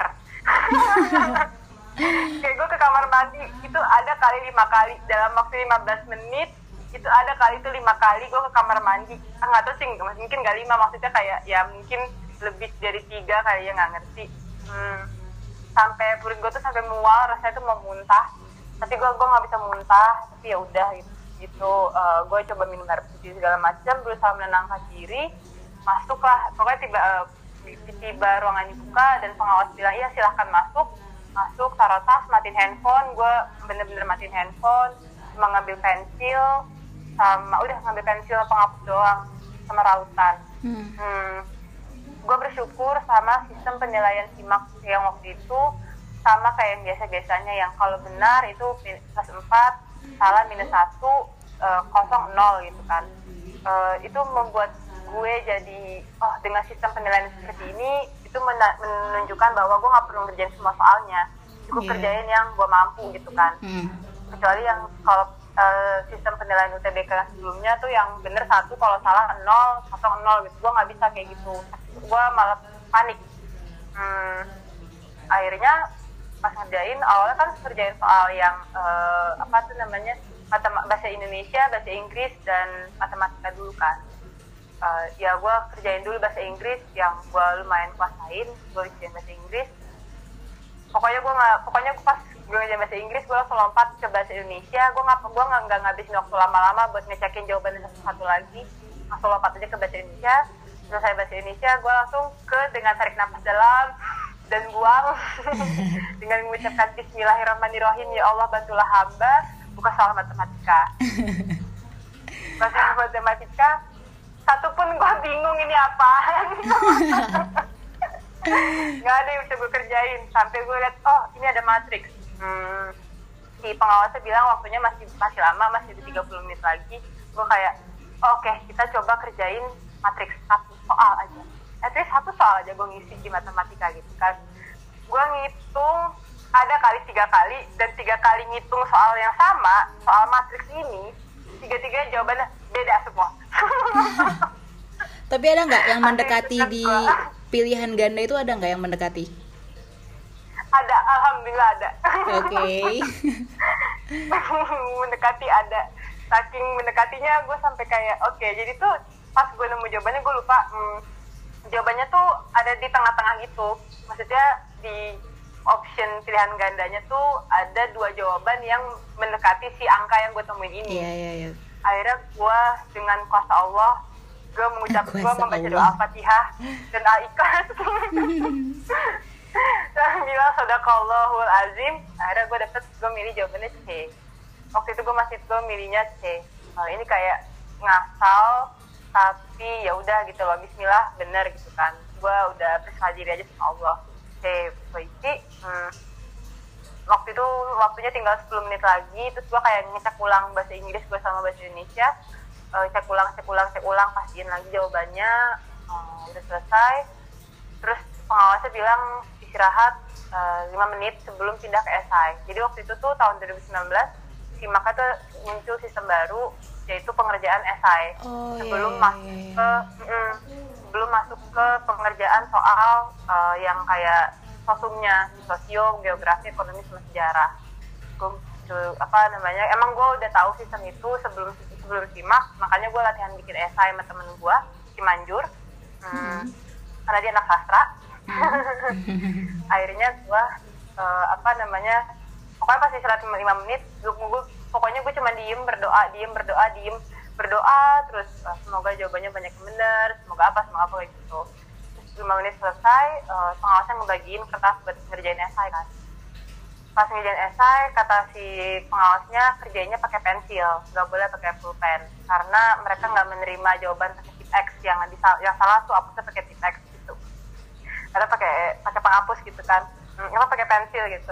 Kayak gue ke kamar mandi itu ada kali lima kali dalam waktu lima belas menit, itu ada kali itu lima kali gue ke kamar mandi. Ah nggak tahu sih, mungkin nggak lima, maksudnya kayak ya mungkin lebih dari tiga kali ya, nggak ngerti. Hmm, sampai perut gue tuh sampai mual, rasanya tuh mau muntah. Tapi gue gue nggak bisa muntah, tapi ya udah gitu. gitu uh, gue coba minum air putih segala macam, berusaha menenangkan diri, masuklah, pokoknya tiba uh, tiba ruangan dibuka dan pengawas bilang iya silahkan masuk, masuk taruh tas, matiin handphone, gue bener-bener matiin handphone, cuma ngambil pensil sama udah ngambil pensil penghapus doang sama rautan. hmm. Hmm, gue bersyukur sama sistem penilaian simak yang waktu itu sama kayak yang biasa-biasanya, yang kalau benar itu plus empat, salah minus satu, uh, kosong nol gitu kan. Uh, itu membuat gue jadi oh dengan sistem penilaian seperti ini itu men- menunjukkan bahwa gue nggak perlu ngerjain semua soalnya, cukup yeah. kerjain yang gue mampu gitu kan. Hmm. Kecuali yang kalau uh, sistem penilaian U T B K yang sebelumnya tuh yang bener satu, kalau salah nol, kosong nol gitu, gue nggak bisa kayak gitu, gue malah panik. Hmm, akhirnya pas ngerjain, awalnya kan ngerjain soal yang uh, apa tuh namanya matem- bahasa Indonesia, bahasa Inggris, dan matematika dulu kan. Uh, ya gue kerjain dulu bahasa Inggris yang gue lumayan kuasain, gue kerjain bahasa Inggris. pokoknya gue nggak pokoknya gue pas gue ngajarin bahasa Inggris gue langsung lompat ke bahasa Indonesia. Gue nggak gue nggak nggak ngabisin waktu lama-lama buat ngecekin jawabannya satu-satu lagi, langsung lompat aja ke bahasa Indonesia. Selesai bahasa Indonesia gue langsung ke dengan tarik nafas dalam dan buang dengan mengucapkan Bismillahirrahmanirrahim, ya Allah bantulah hamba, buka soal matematika. Buka soal matematika satu pun gue bingung ini apaan. Nggak ada yang bisa gue kerjain sampai gue lihat oh ini ada matriks. Hmm, si pengawasnya bilang waktunya masih masih lama, masih ada tiga puluh menit lagi. Gue kayak oh, oke okay, kita coba kerjain matriks satu soal aja, at least satu soal aja gue ngisi di matematika gitu kan. Gue ngitung ada kali tiga kali dan tiga kali ngitung soal yang sama, soal matriks ini tiga-tiganya jawabannya beda semua. Tapi ada nggak yang mendekati di pilihan ganda itu, ada nggak yang mendekati? Ada, alhamdulillah ada. Oke. Okay. Mendekati ada. Saking mendekatinya gue sampai kayak oke, okay, jadi tuh pas gue nemu jawabannya gue lupa. Hmm, jawabannya tuh ada di tengah-tengah gitu. Maksudnya di option pilihan gandanya tuh ada dua jawaban yang mendekati si angka yang gue temuin ini. Iya, iya, iya. Akhirnya gue dengan kuasa Allah, gue mengucap, gue membaca doa Fatihah dan Al-Ikhlas. Dan bilang Sadaqallahul Azim. Akhirnya gue dapet, gue milih jawabannya C. Waktu itu gue masih gue milihnya C. Nah, ini kayak ngasal, tapi ya udah gitu loh, Bismillah bener gitu kan. Gue udah berserah diri aja sama Allah. C puisi. Hmm. Waktu itu waktunya tinggal sepuluh menit lagi, terus gue kayak ngecek ulang bahasa Inggris gue sama bahasa Indonesia. Uh, cek ulang, cek ulang, cek ulang, pastiin lagi jawabannya. Uh, udah selesai. Terus pengawasnya bilang istirahat uh, lima menit sebelum pindah ke esai. Jadi waktu itu tuh tahun dua ribu sembilan belas si Maka tuh muncul sistem baru, yaitu pengerjaan esai. Oh, sebelum yeah, masuk yeah, yeah. ke mm, sebelum masuk ke pengerjaan soal uh, yang kayak sosumnya, sosio, geografi, ekonomi, sama sejarah. Gue apa namanya? Emang gue udah tahu sistem itu sebelum sebelum simak, makanya gue latihan bikin esai sama temen gue, si Manjur. Hmm, hmm. Karena dia anak sastra. Hmm. Akhirnya gue uh, apa namanya? Pokoknya pas istirahat lima menit, gue, gue pokoknya gue cuma diem berdoa, diem berdoa, diem berdoa, terus uh, semoga jawabannya banyak yang benar, semoga apa, semoga apa kayak gitu. Terus lima menit selesai, uh, pengawasnya ngebagiin kertas buat ngerjain esai kan. Pas ngerjain esai, kata si pengawasnya kerjainnya pakai pensil, nggak boleh pakai pulpen, karena mereka nggak menerima jawaban pakai tip X, yang yang salah tuh hapusnya pakai tip X gitu. Karena pakai pakai penghapus gitu kan, hmm, apa pakai pensil gitu.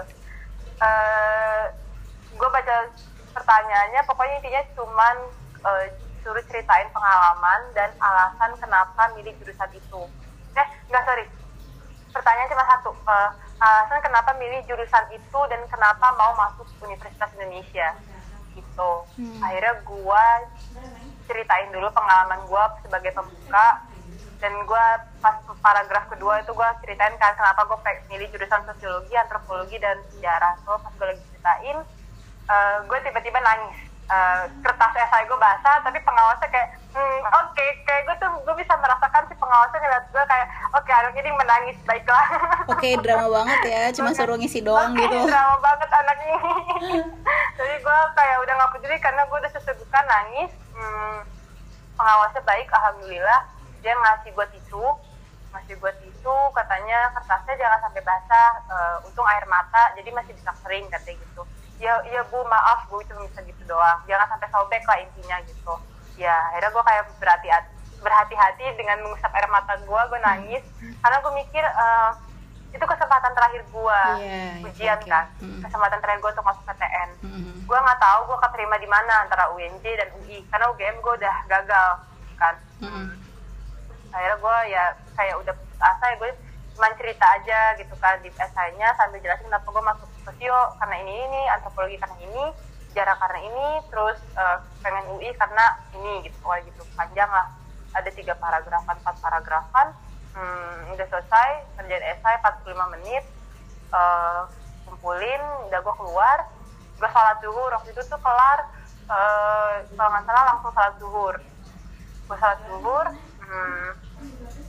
Uh, gue baca pertanyaannya, pokoknya intinya cuman uh, suruh ceritain pengalaman dan alasan kenapa milih jurusan itu. Eh, enggak, sorry. Pertanyaan cuma satu, uh, alasan kenapa milih jurusan itu dan kenapa mau masuk Universitas Indonesia gitu. Hmm. Akhirnya gue ceritain dulu pengalaman gue sebagai pembuka, dan gue pas paragraf kedua itu gue ceritain kan kenapa gue milih jurusan sosiologi, antropologi, dan sejarah. So pas gue lagi ceritain, uh, gue tiba-tiba nangis. Uh, kertas esai gue basah, tapi pengawasnya kayak hmm, oke, okay. kayak gue tuh gue bisa merasakan si pengawasnya ngeliat gue kayak oke, okay, anak ini menangis, baiklah. Oke, okay, drama banget ya, cuma suruh ngisi doang okay, gitu. Drama banget anak ini. Jadi gue kayak udah gak peduli karena gue udah sesegukan nangis. hmm, Pengawasnya baik, alhamdulillah. Dia ngasih gue tisu, ngasih gue tisu, katanya kertasnya jangan sampai basah, uh, untung air mata, jadi masih bisa kering katanya gitu. Ya, ya bu, maaf bu, cuma bisa gitu doang, jangan sampai sobek lah intinya gitu. Ya akhirnya gue kayak berhati-hati, berhati-hati dengan mengusap air mata gue, gue nangis karena gue mikir uh, itu kesempatan terakhir gue, yeah, ujian okay. kan, mm-hmm. kesempatan terakhir gue untuk masuk P T N. Mm-hmm. Gue nggak tahu gue keterima di mana antara U N J dan U I, karena U G M gue udah gagal kan. Mm-hmm. Akhirnya gue ya kayak udah putus asa, ya gue cuma cerita aja gitu kan di esainya sambil jelasin kenapa gue masuk sosio karena ini ini, antropologi karena ini, sejarah karena ini, terus uh, pengen U I karena ini gitu, pokoknya gitu panjang lah, ada tiga paragrafan, empat paragrafan. Hmm, udah selesai kerjaan esai empat puluh lima menit, uh, kumpulin, udah gue keluar, gue sholat zuhur. Waktu itu tuh kelar, uh, kalau nggak salah langsung sholat zuhur. Gue sholat zuhur, hmm,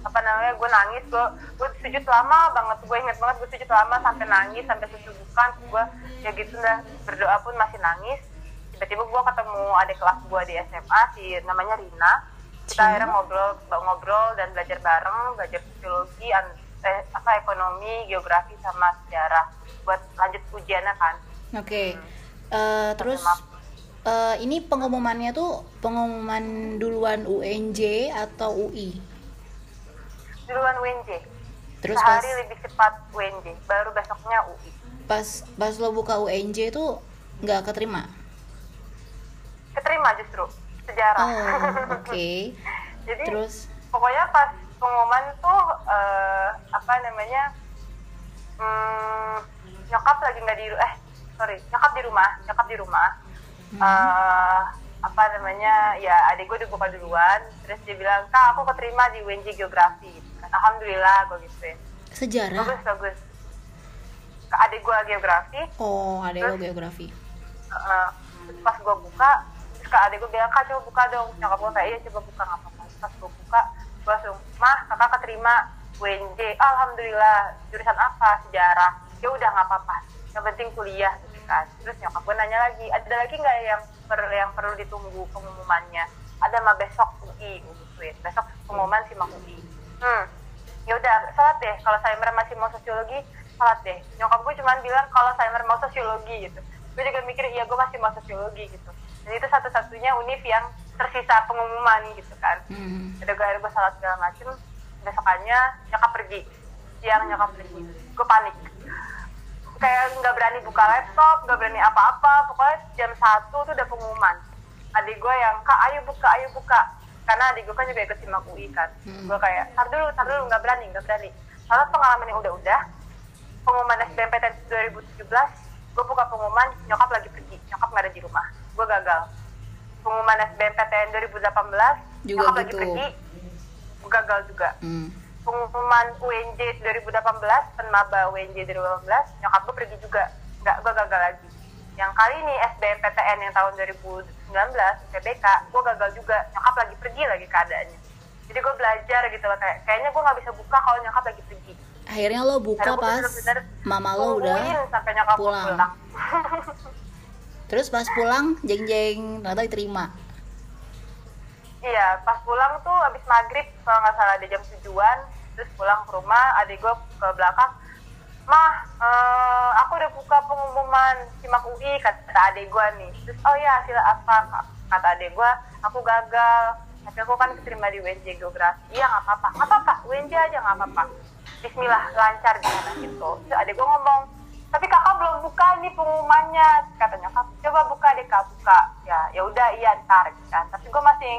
apa namanya gue nangis, gue gue sujud lama banget, gue inget banget gue sujud lama sampai nangis sampai susubukan, gue ya gitu dah, berdoa pun masih nangis. Tiba-tiba gue ketemu adik kelas gue di S M A, si namanya Rina. Kita Hmm. akhirnya ngobrol ngobrol dan belajar bareng, belajar sosiologi, an- eh, apa ekonomi, geografi sama sejarah buat lanjut ujiannya kan. Oke. Okay. Uh, terus uh, ini pengumumannya tuh pengumuman duluan U N J atau U I? Duluan U N J. Terus sehari pas, lebih cepat U N J, baru besoknya U I. Pas pas lo buka U N J tuh nggak keterima? Keterima justru sejarah. Oh, oke. Okay. Jadi terus pokoknya pas pengumuman tuh uh, apa namanya hmm, nyokap lagi nggak di eh sorry nyokap di rumah nyokap di rumah hmm. uh, apa namanya ya adik gue dibuka duluan, terus dia bilang kak aku keterima di U N J geografi gitu kan. Alhamdulillah gue gitu ya. Sejarah? Bagus bagus. Ke adik gue geografi. Oh adik lo geografi. Uh, pas gue buka terus kak adik gue bilang kak coba buka dong, nyokap gue kayak iya coba buka nggak apa-apa. Pas gue buka gue langsung mah kakak keterima U N J. Alhamdulillah, jurusan apa? Sejarah. Ya udah nggak apa-apa, yang penting kuliah gitu kan. Terus nyokap gue nanya lagi, ada lagi nggak yang per yang perlu ditunggu pengumumannya? Ada mah besok U I gituin, besok pengumuman sih mah U I. Hmm, ya udah salat deh, kalau saya masih mau sosiologi salat deh. Nyokap gue cuma bilang kalau saya mau sosiologi gitu. Gue juga mikir iya gue masih mau sosiologi gitu. Dan itu satu-satunya univ yang tersisa pengumuman gitu kan. Hmm. Udah gue akhirnya gue salat segala macem. Besokannya nyokap pergi, siang nyokap pergi. Gue panik, kayak nggak berani buka laptop, nggak berani apa-apa. Pokoknya jam satu tuh udah pengumuman. Adik gue yang kak ayo buka ayo buka, karena adik gue kan juga ikut simak U I kan. Hmm. Gue kayak tar dulu tar dulu nggak berani nggak berani. Soalnya pengalaman yang udah-udah, pengumuman S B M P T N dua ribu tujuh belas, gue buka pengumuman nyokap lagi pergi, nyokap nggak ada di rumah, gue gagal. Pengumuman S B M P T N dua ribu delapan belas juga nyokap gitu. lagi pergi, gue gagal juga. Hmm. Pengumuman U N J dua ribu delapan belas, penmaba U N J dua ribu delapan belas, nyokap gue pergi juga, nggak, gue gagal lagi. Yang kali ini S B M P T N yang tahun dua ribu sembilan belas, P B K, gue gagal juga, nyokap lagi pergi lagi keadaannya. Jadi gue belajar gitu loh, kayak kayaknya gue nggak bisa buka kalau nyokap lagi pergi. Akhirnya lo buka pas bener-bener mama lo udah sampai nyokap pulang. pulang. Terus pas pulang, jeng-jeng ternyata diterima. Iya, pas pulang tuh abis maghrib kalau nggak salah ada jam tujuan, terus pulang ke rumah, adik gue ke belakang, mah uh, aku udah buka pengumuman simak U I kata adik gue nih. Terus oh ya hasil apa kata adik gue, aku gagal, tapi aku kan keterima di U N J geografi. Iya nggak apa-apa, nggak apa-apa, U N J aja nggak apa-apa. Bismillah lancar di sana gitu. Terus adik gue ngomong, tapi kakak belum buka nih pengumumannya, kata nyokap. Coba buka deh kak, buka. Ya ya udah iya ntar kan. Tapi gue masih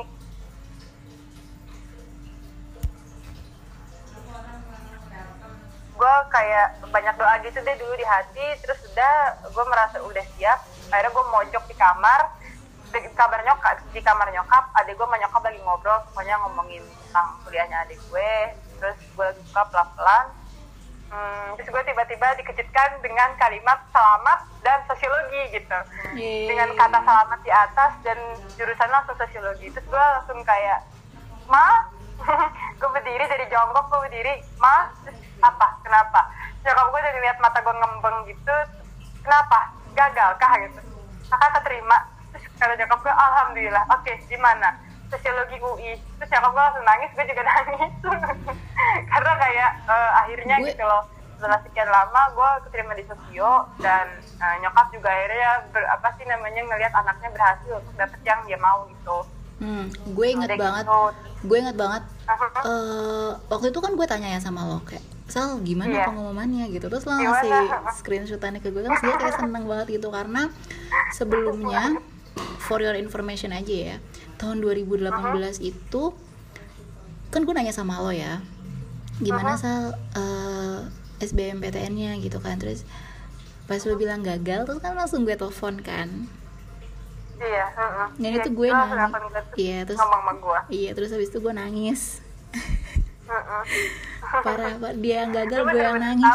gue kayak banyak doa gitu deh dulu di hati. Terus udah gue merasa udah siap, akhirnya gue mojok di kamar di kamar nyokap di kamar nyokap adik gue sama nyokap lagi ngobrol, pokoknya ngomongin tentang kuliahnya adik gue. Terus gue buka pelan-pelan, hmm, terus gue tiba-tiba dikejutkan dengan kalimat selamat dan sosiologi gitu. Yeay. Dengan kata selamat di atas dan jurusan langsung sosiologi. Terus gue langsung kayak ma gue berdiri dari jongkok, gue berdiri ma terus apa kenapa nyokap gue dari lihat mata gue ngembeng gitu, kenapa gagal kah gitu, kakak keterima. Terus kata nyokap gue alhamdulillah, oke okay, di mana sosiologi U I. Terus nyokap gue langsung nangis, gue juga nangis karena kayak uh, akhirnya gue... gitu loh setelah sekian lama gue keterima di sosio dan uh, nyokap juga akhirnya ber, apa sih namanya ngelihat anaknya berhasil untuk dapet yang dia mau gitu. Hmm, gue inget Udah banget, gitu. gue inget banget. Uh-huh. Uh, waktu itu kan gue tanya ya sama lo kayak, Sal gimana yeah. pengumumannya gitu, terus lo ngasih screenshotannya ke gue kan, dia kayak seneng banget gitu karena sebelumnya, for your information aja ya, tahun dua ribu delapan belas uh-huh. itu kan gue nanya sama lo ya, gimana uh-huh. Sal uh, S B M P T N-nya gitu kan, terus pas lo bilang gagal, terus kan langsung gue telepon kan. Iya, uh-uh. Dan itu gue nangis. Iya, terus gua. Iya, terus habis itu gue nangis. Uh-uh. Parah, Pak. Dia yang gagal, gue yang nangis.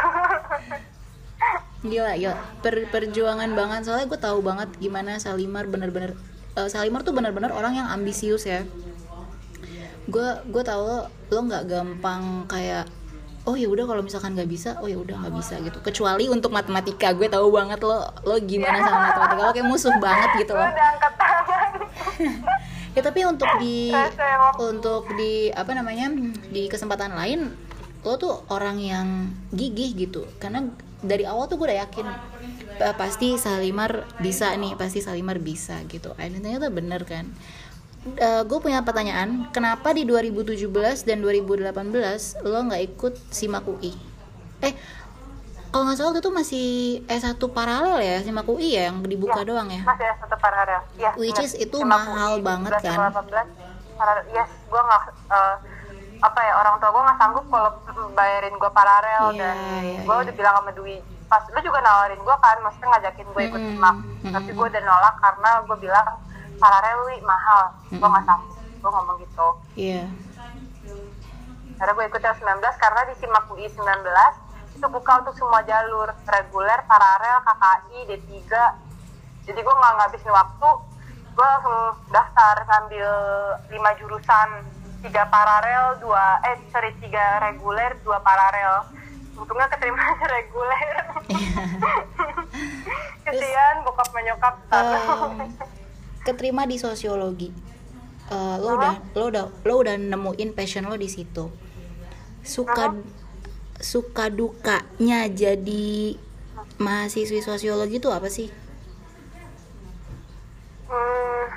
Gila, ya per, perjuangan banget. Soalnya gue tahu banget gimana Salimar bener-bener uh, Salimar tuh bener-bener orang yang ambisius ya. gue gue tahu lo lo nggak gampang kayak oh ya udah kalau misalkan nggak bisa oh ya udah nggak bisa gitu, kecuali untuk matematika. Gue tahu banget lo lo gimana sama matematika, lo kayak musuh banget gitu loh. Udah angkat tangan. Ya tapi untuk di untuk di apa namanya di kesempatan lain lo tuh orang yang gigih gitu, karena dari awal tuh gue udah yakin pasti Salimar bisa nih, pasti Salimar bisa gitu. Dan ternyata bener kan. Uh, gue punya pertanyaan, kenapa di dua ribu tujuh belas dan dua ribu delapan belas lo nggak ikut SIMAK U I? Eh, kalau nggak salah waktu itu masih S satu paralel ya, SIMAK U I ya yang dibuka ya, doang ya? Masih S satu paralel. Ya, which is itu mahal U I, banget kan? delapan belas paralel. Yes, gue nggak uh, apa ya, orang tua gue nggak sanggup kalau bayarin gue paralel. Yeah, dan yeah, gue yeah. udah bilang sama Dwi, pas lu juga nawarin gue kan, maksudnya ngajakin gue ikut SIMAK, mm-hmm. tapi gue udah nolak karena gue bilang paralel wi mahal, mm-hmm. gue nggak sanggup, gue ngomong gitu. Iya. Yeah. Karena gue ikut yang sembilan belas karena di SIMAK U I sembilan belas itu buka untuk semua jalur, reguler, paralel, K K I, D tiga. Jadi gue nggak ngabisin waktu, gue langsung daftar ngambil lima jurusan, tiga paralel, dua eh sorry tiga reguler, dua paralel. Untungnya keterima reguler. Kesian bokap menyokap. Uh, keterima di sosiologi. Uh, lo uh-huh. udah lo udah lo udah nemuin passion lo di situ. Suka uh-huh. suka dukanya jadi mahasiswi sosiologi itu apa sih? Hmm,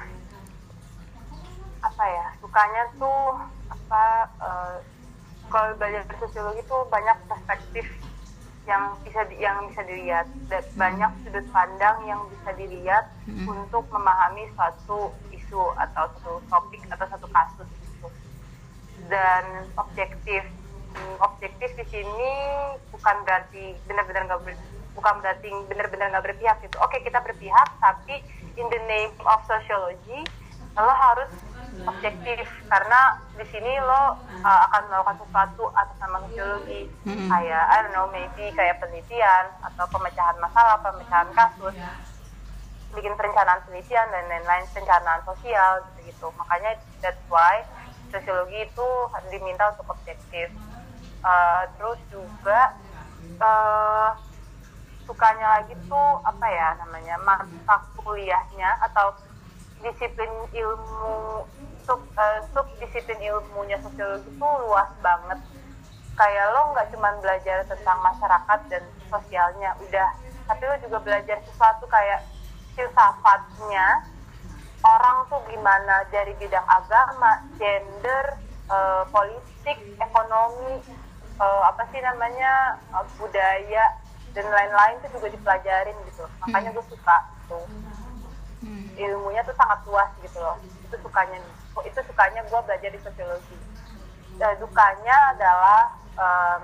apa ya? Sukanya tuh apa? Uh, kalau belajar sosiologi tuh banyak perspektif yang bisa di, yang bisa dilihat, dan banyak sudut pandang yang bisa dilihat hmm. untuk memahami suatu isu atau satu topik atau satu kasus gitu. Dan objektif objektif di sini bukan berarti benar-benar nggak ber, bukan berarti benar-benar nggak berpihak gitu. Oke, kita berpihak, tapi in the name of sociology lo harus objektif, karena di sini lo uh, akan melakukan sesuatu atas nama sosiologi, mm-hmm. kayak I don't know, maybe kayak penelitian atau pemecahan masalah, pemecahan kasus, bikin perencanaan penelitian dan lain-lain, perencanaan sosial gitu. Makanya that's why sosiologi itu diminta untuk objektif. Uh, terus juga uh, sukanya lagi tuh apa ya namanya, mata kuliahnya atau disiplin ilmu sub uh, subdisiplin ilmunya sosiologi itu luas banget. Kayak lo nggak cuma belajar tentang masyarakat dan sosialnya udah, tapi lo juga belajar sesuatu kayak filsafatnya orang tuh gimana, dari bidang agama, gender, uh, politik, ekonomi, uh, apa sih namanya, uh, budaya dan lain-lain tuh juga dipelajarin gitu. Makanya gue suka tuh. Ilmunya tuh sangat luas gitu loh. Itu sukanya itu sukanya gue belajar di sosiologi. Dan dukanya adalah um,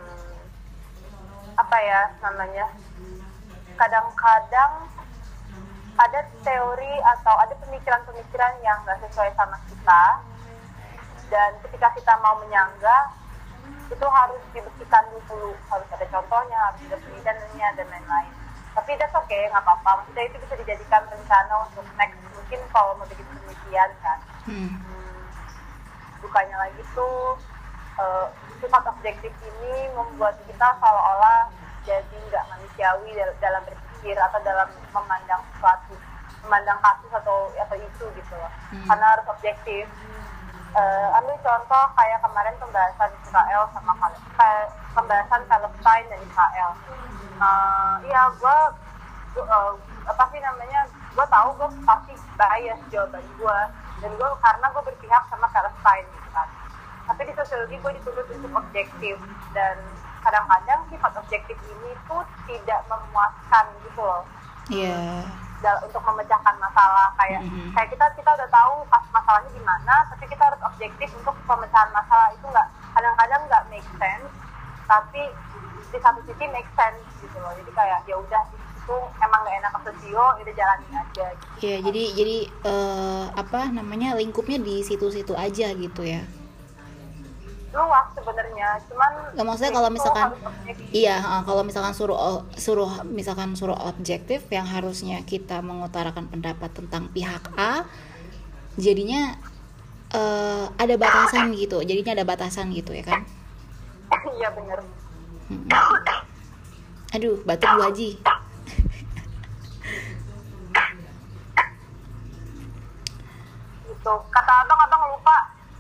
apa ya namanya, kadang-kadang ada teori atau ada pemikiran-pemikiran yang nggak sesuai sama kita, dan ketika kita mau menyanggah itu harus dibuktikan dulu, harus ada contohnya, harus ada penelitiannya dan lain-lain. Tapi that's okay, nggak apa-apa. Maksudnya itu bisa dijadikan rencana untuk next, mungkin kalau mau bikin penelitian kan. Hmm. Dukanya lagi tuh uh, sifat objektif ini membuat kita seolah-olah jadi nggak manusiawi dalam berpikir atau dalam memandang sesuatu, memandang kasus atau atau isu gitu loh. Hmm. Karena harus objektif. Uh, ambil contoh kayak kemarin pembahasan Israel sama kayak pembahasan Palestine dan Israel. Uh, iya, gue uh, apa sih namanya, gue tahu gue pasti bias jawaban gue, dan gue karena gue berpihak sama Palestine gitu kan. Tapi di sosiologi gue dituntut untuk objektif, dan kadang-kadang sifat objektif ini tuh tidak memuaskan gitu loh. Iya. Yeah. Untuk memecahkan masalah kayak mm-hmm. kayak kita kita udah tahu pas masalahnya gimana, tapi kita harus objektif untuk pemecahan masalah. Itu nggak, kadang-kadang nggak make sense, tapi di satu sisi make sense gitu loh. Jadi kayak ya udah, itu emang nggak enak ke sosio, udah jalanin aja gitu. Iya, jadi jadi uh, apa namanya, lingkupnya di situ-situ aja gitu ya. Luas sebenarnya, cuman nggak, maksudnya kalau misalkan iya kalau misalkan suruh suruh misalkan suruh objektif, yang harusnya kita mengutarakan pendapat tentang pihak A, jadinya uh, ada batasan gitu, jadinya ada batasan gitu ya kan. Iya bener. Hmm. Aduh, batuk Bu Haji. Gitu, kata abang, abang lupa.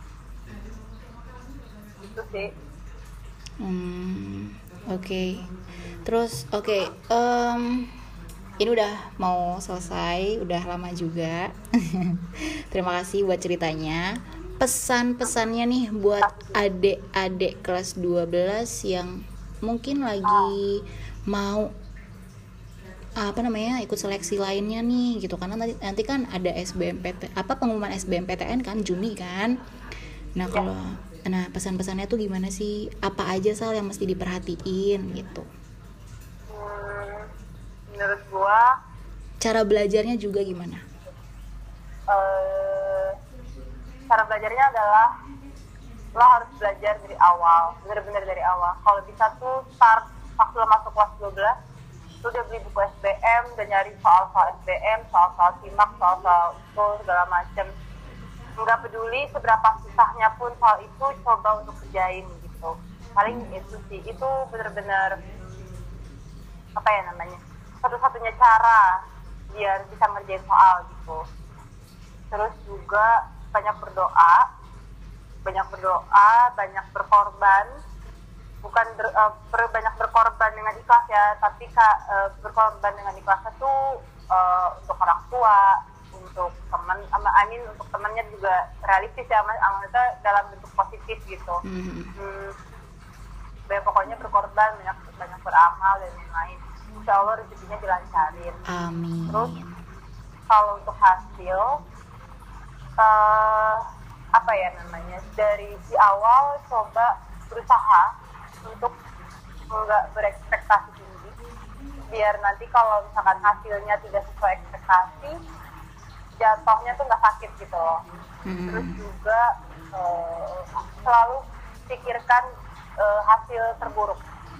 Gitu sih. Hmm, oke. Okay. Terus, oke, okay, um, ini udah mau selesai, udah lama juga. Terima kasih buat ceritanya. Pesan-pesannya nih buat adik-adik kelas dua belas yang mungkin lagi mau apa namanya ikut seleksi lainnya nih gitu, karena nanti nanti kan ada S B M P T apa pengumuman S B M P T N kan Juni kan. Nah kalau ya. Nah pesan-pesannya tuh gimana sih, apa aja Sal yang mesti diperhatiin gitu? Hmm, menurut gua cara belajarnya juga gimana? Uh, cara belajarnya adalah lo harus belajar dari awal, bener-bener dari awal. Kalau bisa tuh start waktu lo masuk kelas dua belas, lo udah beli buku S B M, udah nyari soal-soal S B M, soal-soal simak, soal-soal itu segala macem. Nggak peduli seberapa susahnya pun soal itu, coba untuk kerjain gitu. Paling itu sih, itu bener-bener apa ya namanya, satu-satunya cara biar bisa ngerjain soal gitu. Terus juga banyak berdoa, banyak berdoa, banyak berkorban. Bukan ber, uh, ber, banyak berkorban dengan ikhlas ya, tapi kak, uh, berkorban dengan ikhlasnya tuh uh, untuk orang tua, untuk teman, I mean untuk temannya juga realistis ya, maksudnya dalam bentuk positif gitu. Mm-hmm. Hmm, banyak, pokoknya berkorban, banyak banyak beramal dan lain-lain. Insya Allah rezekinya dilancarin. Amin. Terus kalau untuk hasil, uh, apa ya namanya, dari di awal coba berusaha untuk nggak berekspektasi tinggi, biar nanti kalau misalkan hasilnya tidak sesuai ekspektasi, jatuhnya tuh nggak sakit gitu loh. Mm-hmm. Terus juga uh, selalu pikirkan uh, hasil terburuk.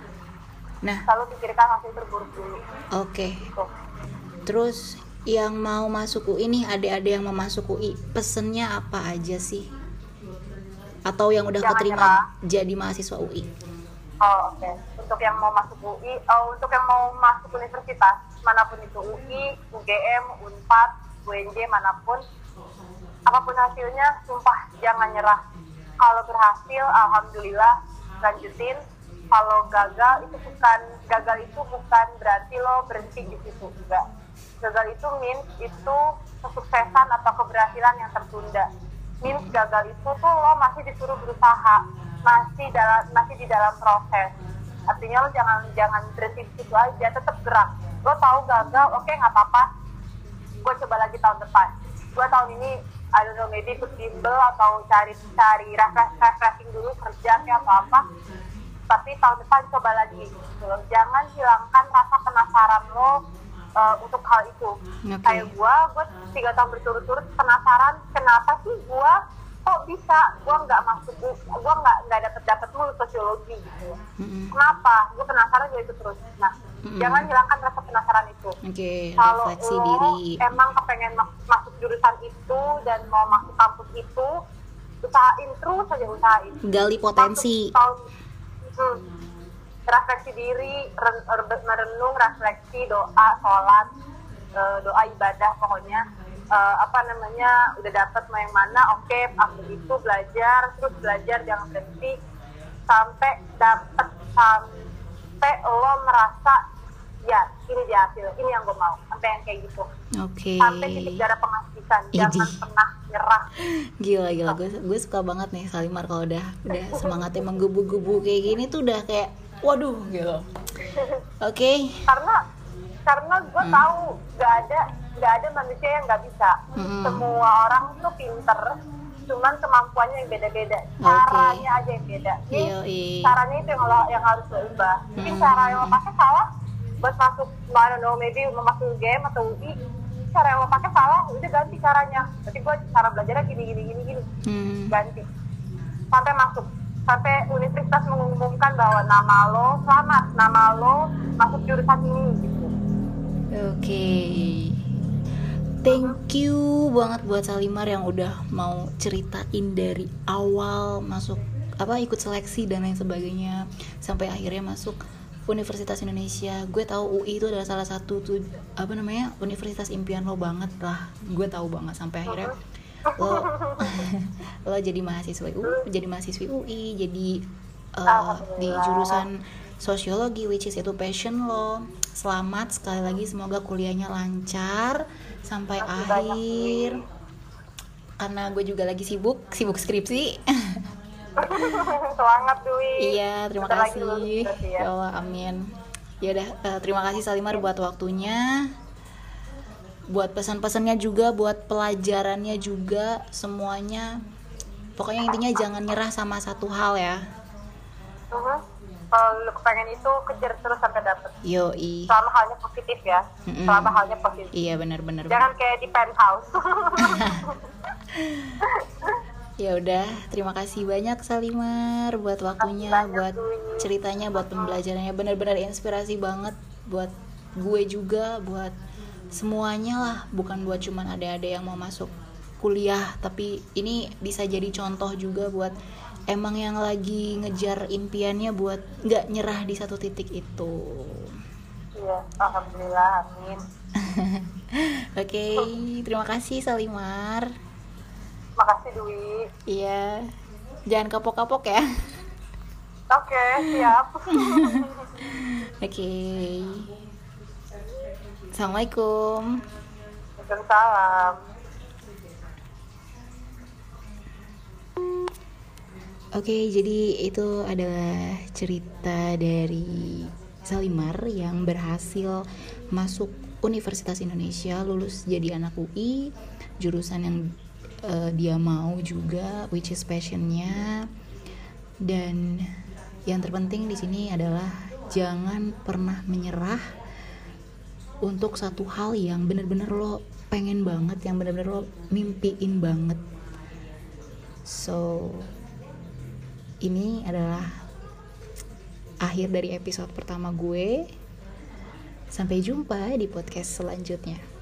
Nah, selalu pikirkan hasil terburuk dulu. Oke. Okay. Gitu. Terus yang mau masuk U I nih, adik-adik yang mau masuk U I, pesennya apa aja sih? Atau yang udah Jangan keterima nyerah. Jadi mahasiswa U I? Oh oke. Okay. Untuk yang mau masuk U I, oh, untuk yang mau masuk universitas manapun itu, U I, U G M, Unpad, U N J manapun, apapun hasilnya, sumpah jangan nyerah. Kalau berhasil, alhamdulillah, lanjutin. Kalau gagal itu bukan gagal itu bukan berarti lo berhenti di situ, enggak. Gagal itu means itu kesuksesan atau keberhasilan yang tertunda. Means gagal itu tuh lo masih disuruh berusaha, masih dalam masih di dalam proses. Artinya lo jangan jangan berhenti di situ aja, tetap gerak. Lo tahu gagal, oke okay, nggak apa-apa. Gue coba lagi tahun depan. Gue tahun ini, I don't know, maybe ikut bimbel atau cari cari refreshing dulu kerja kayak apa apa. Tapi tahun depan coba lagi. Gitu. Jangan hilangkan rasa penasaran lo uh, untuk hal itu. Okay. Kayak gue, gue tiga tahun berturut-turut penasaran kenapa sih gue kok bisa gue nggak masuk, gue nggak nggak dapet dapet mulu sosiologi gitu. Mm-hmm. Kenapa? Gue penasaran jadi itu terus. Nah, mm-hmm. jangan hilangkan rasa penasaran itu. Okay, kalau refleksi lo diri. Emang kepengen ma- masuk jurusan itu dan mau masuk kampus itu, usahain terus aja usahain. Gali potensi. Masuk tahun, hmm, refleksi diri, ren- merenung, refleksi, doa, sholat, uh, doa ibadah pokoknya. Uh, apa namanya, udah dapet mau yang mana, oke, okay, ambil itu, belajar, terus belajar, jangan berhenti sampai dapet, sampai lo merasa ya ini dia hasil, ini yang gue mau, sampai yang kayak gitu. Okay. Sampai titik darah penghabisan, jangan pernah nyerah. Gila gila, gue gue suka banget nih Salimar kalau udah udah semangatnya menggebu-gebu kayak gini tuh udah kayak waduh gitu. Oke. Okay. Karena karena gue hmm. tahu gak ada nggak ada manusia yang nggak bisa. Mm-hmm. Semua orang tuh pinter, cuman kemampuannya yang beda-beda, caranya okay. aja yang beda. Jadi Yoi. caranya itu yang lo yang harus lo ubah. Mungkin mm-hmm. cara yang lo pakai salah buat masuk, I don't know, maybe mau masuk U G M atau U I, cara yang lo pakai salah, udah ganti caranya. Berarti gue cara belajarnya gini gini gini gini, mm-hmm. ganti sampai masuk, sampai universitas mengumumkan bahwa nama lo selamat, nama lo masuk jurusan ini gitu. Oke. Okay. thank you banget buat Salimar yang udah mau ceritain dari awal masuk apa ikut seleksi dan lain sebagainya sampai akhirnya masuk Universitas Indonesia. Gue tahu U I itu adalah salah satu tuh apa namanya universitas impian lo banget lah. Gue tahu banget sampai akhirnya lo lo jadi mahasiswa U jadi mahasiswi U I jadi uh, di jurusan sosiologi which is itu passion lo. Selamat sekali lagi, semoga kuliahnya lancar sampai Masih akhir karena gue juga lagi sibuk sibuk skripsi. Semangat Dwi. Iya, terima Bentar lagi kasih. lulus berarti ya. Ya Allah, amin. Ya udah, uh, terima kasih Salimar buat waktunya. Buat pesan-pesannya juga, buat pelajarannya juga, semuanya. Pokoknya intinya jangan nyerah sama satu hal ya. Uh-huh. Kalau lu kepengen itu kejar terus sampai dapet. Yoi. Selama halnya positif ya. Mm-mm. Selama halnya positif. Iya, benar-benar. Jangan kayak di penthouse. Ya udah, terima kasih banyak Salimar buat waktunya, banyak, buat Dwi. ceritanya, buat pembelajarannya. Benar-benar inspirasi banget buat gue juga, buat semuanya lah. Bukan buat cuman adik-adik yang mau masuk kuliah, tapi ini bisa jadi contoh juga buat emang yang lagi ngejar impiannya buat nggak nyerah di satu titik itu. Iya, alhamdulillah, amin. Oke, terima kasih Salimar. Makasih Dwi. Iya, jangan kapok-kapok ya. Oke, siap. Oke. Assalamualaikum. Waalaikumsalam. Oke, jadi itu adalah cerita dari Salimar yang berhasil masuk Universitas Indonesia, lulus jadi anak U I, jurusan yang uh, dia mau juga, which is passionnya. Dan yang terpenting di sini adalah jangan pernah menyerah untuk satu hal yang benar-benar lo pengen banget, yang benar-benar lo mimpiin banget. So ini adalah akhir dari episode pertama gue. Sampai jumpa di podcast selanjutnya.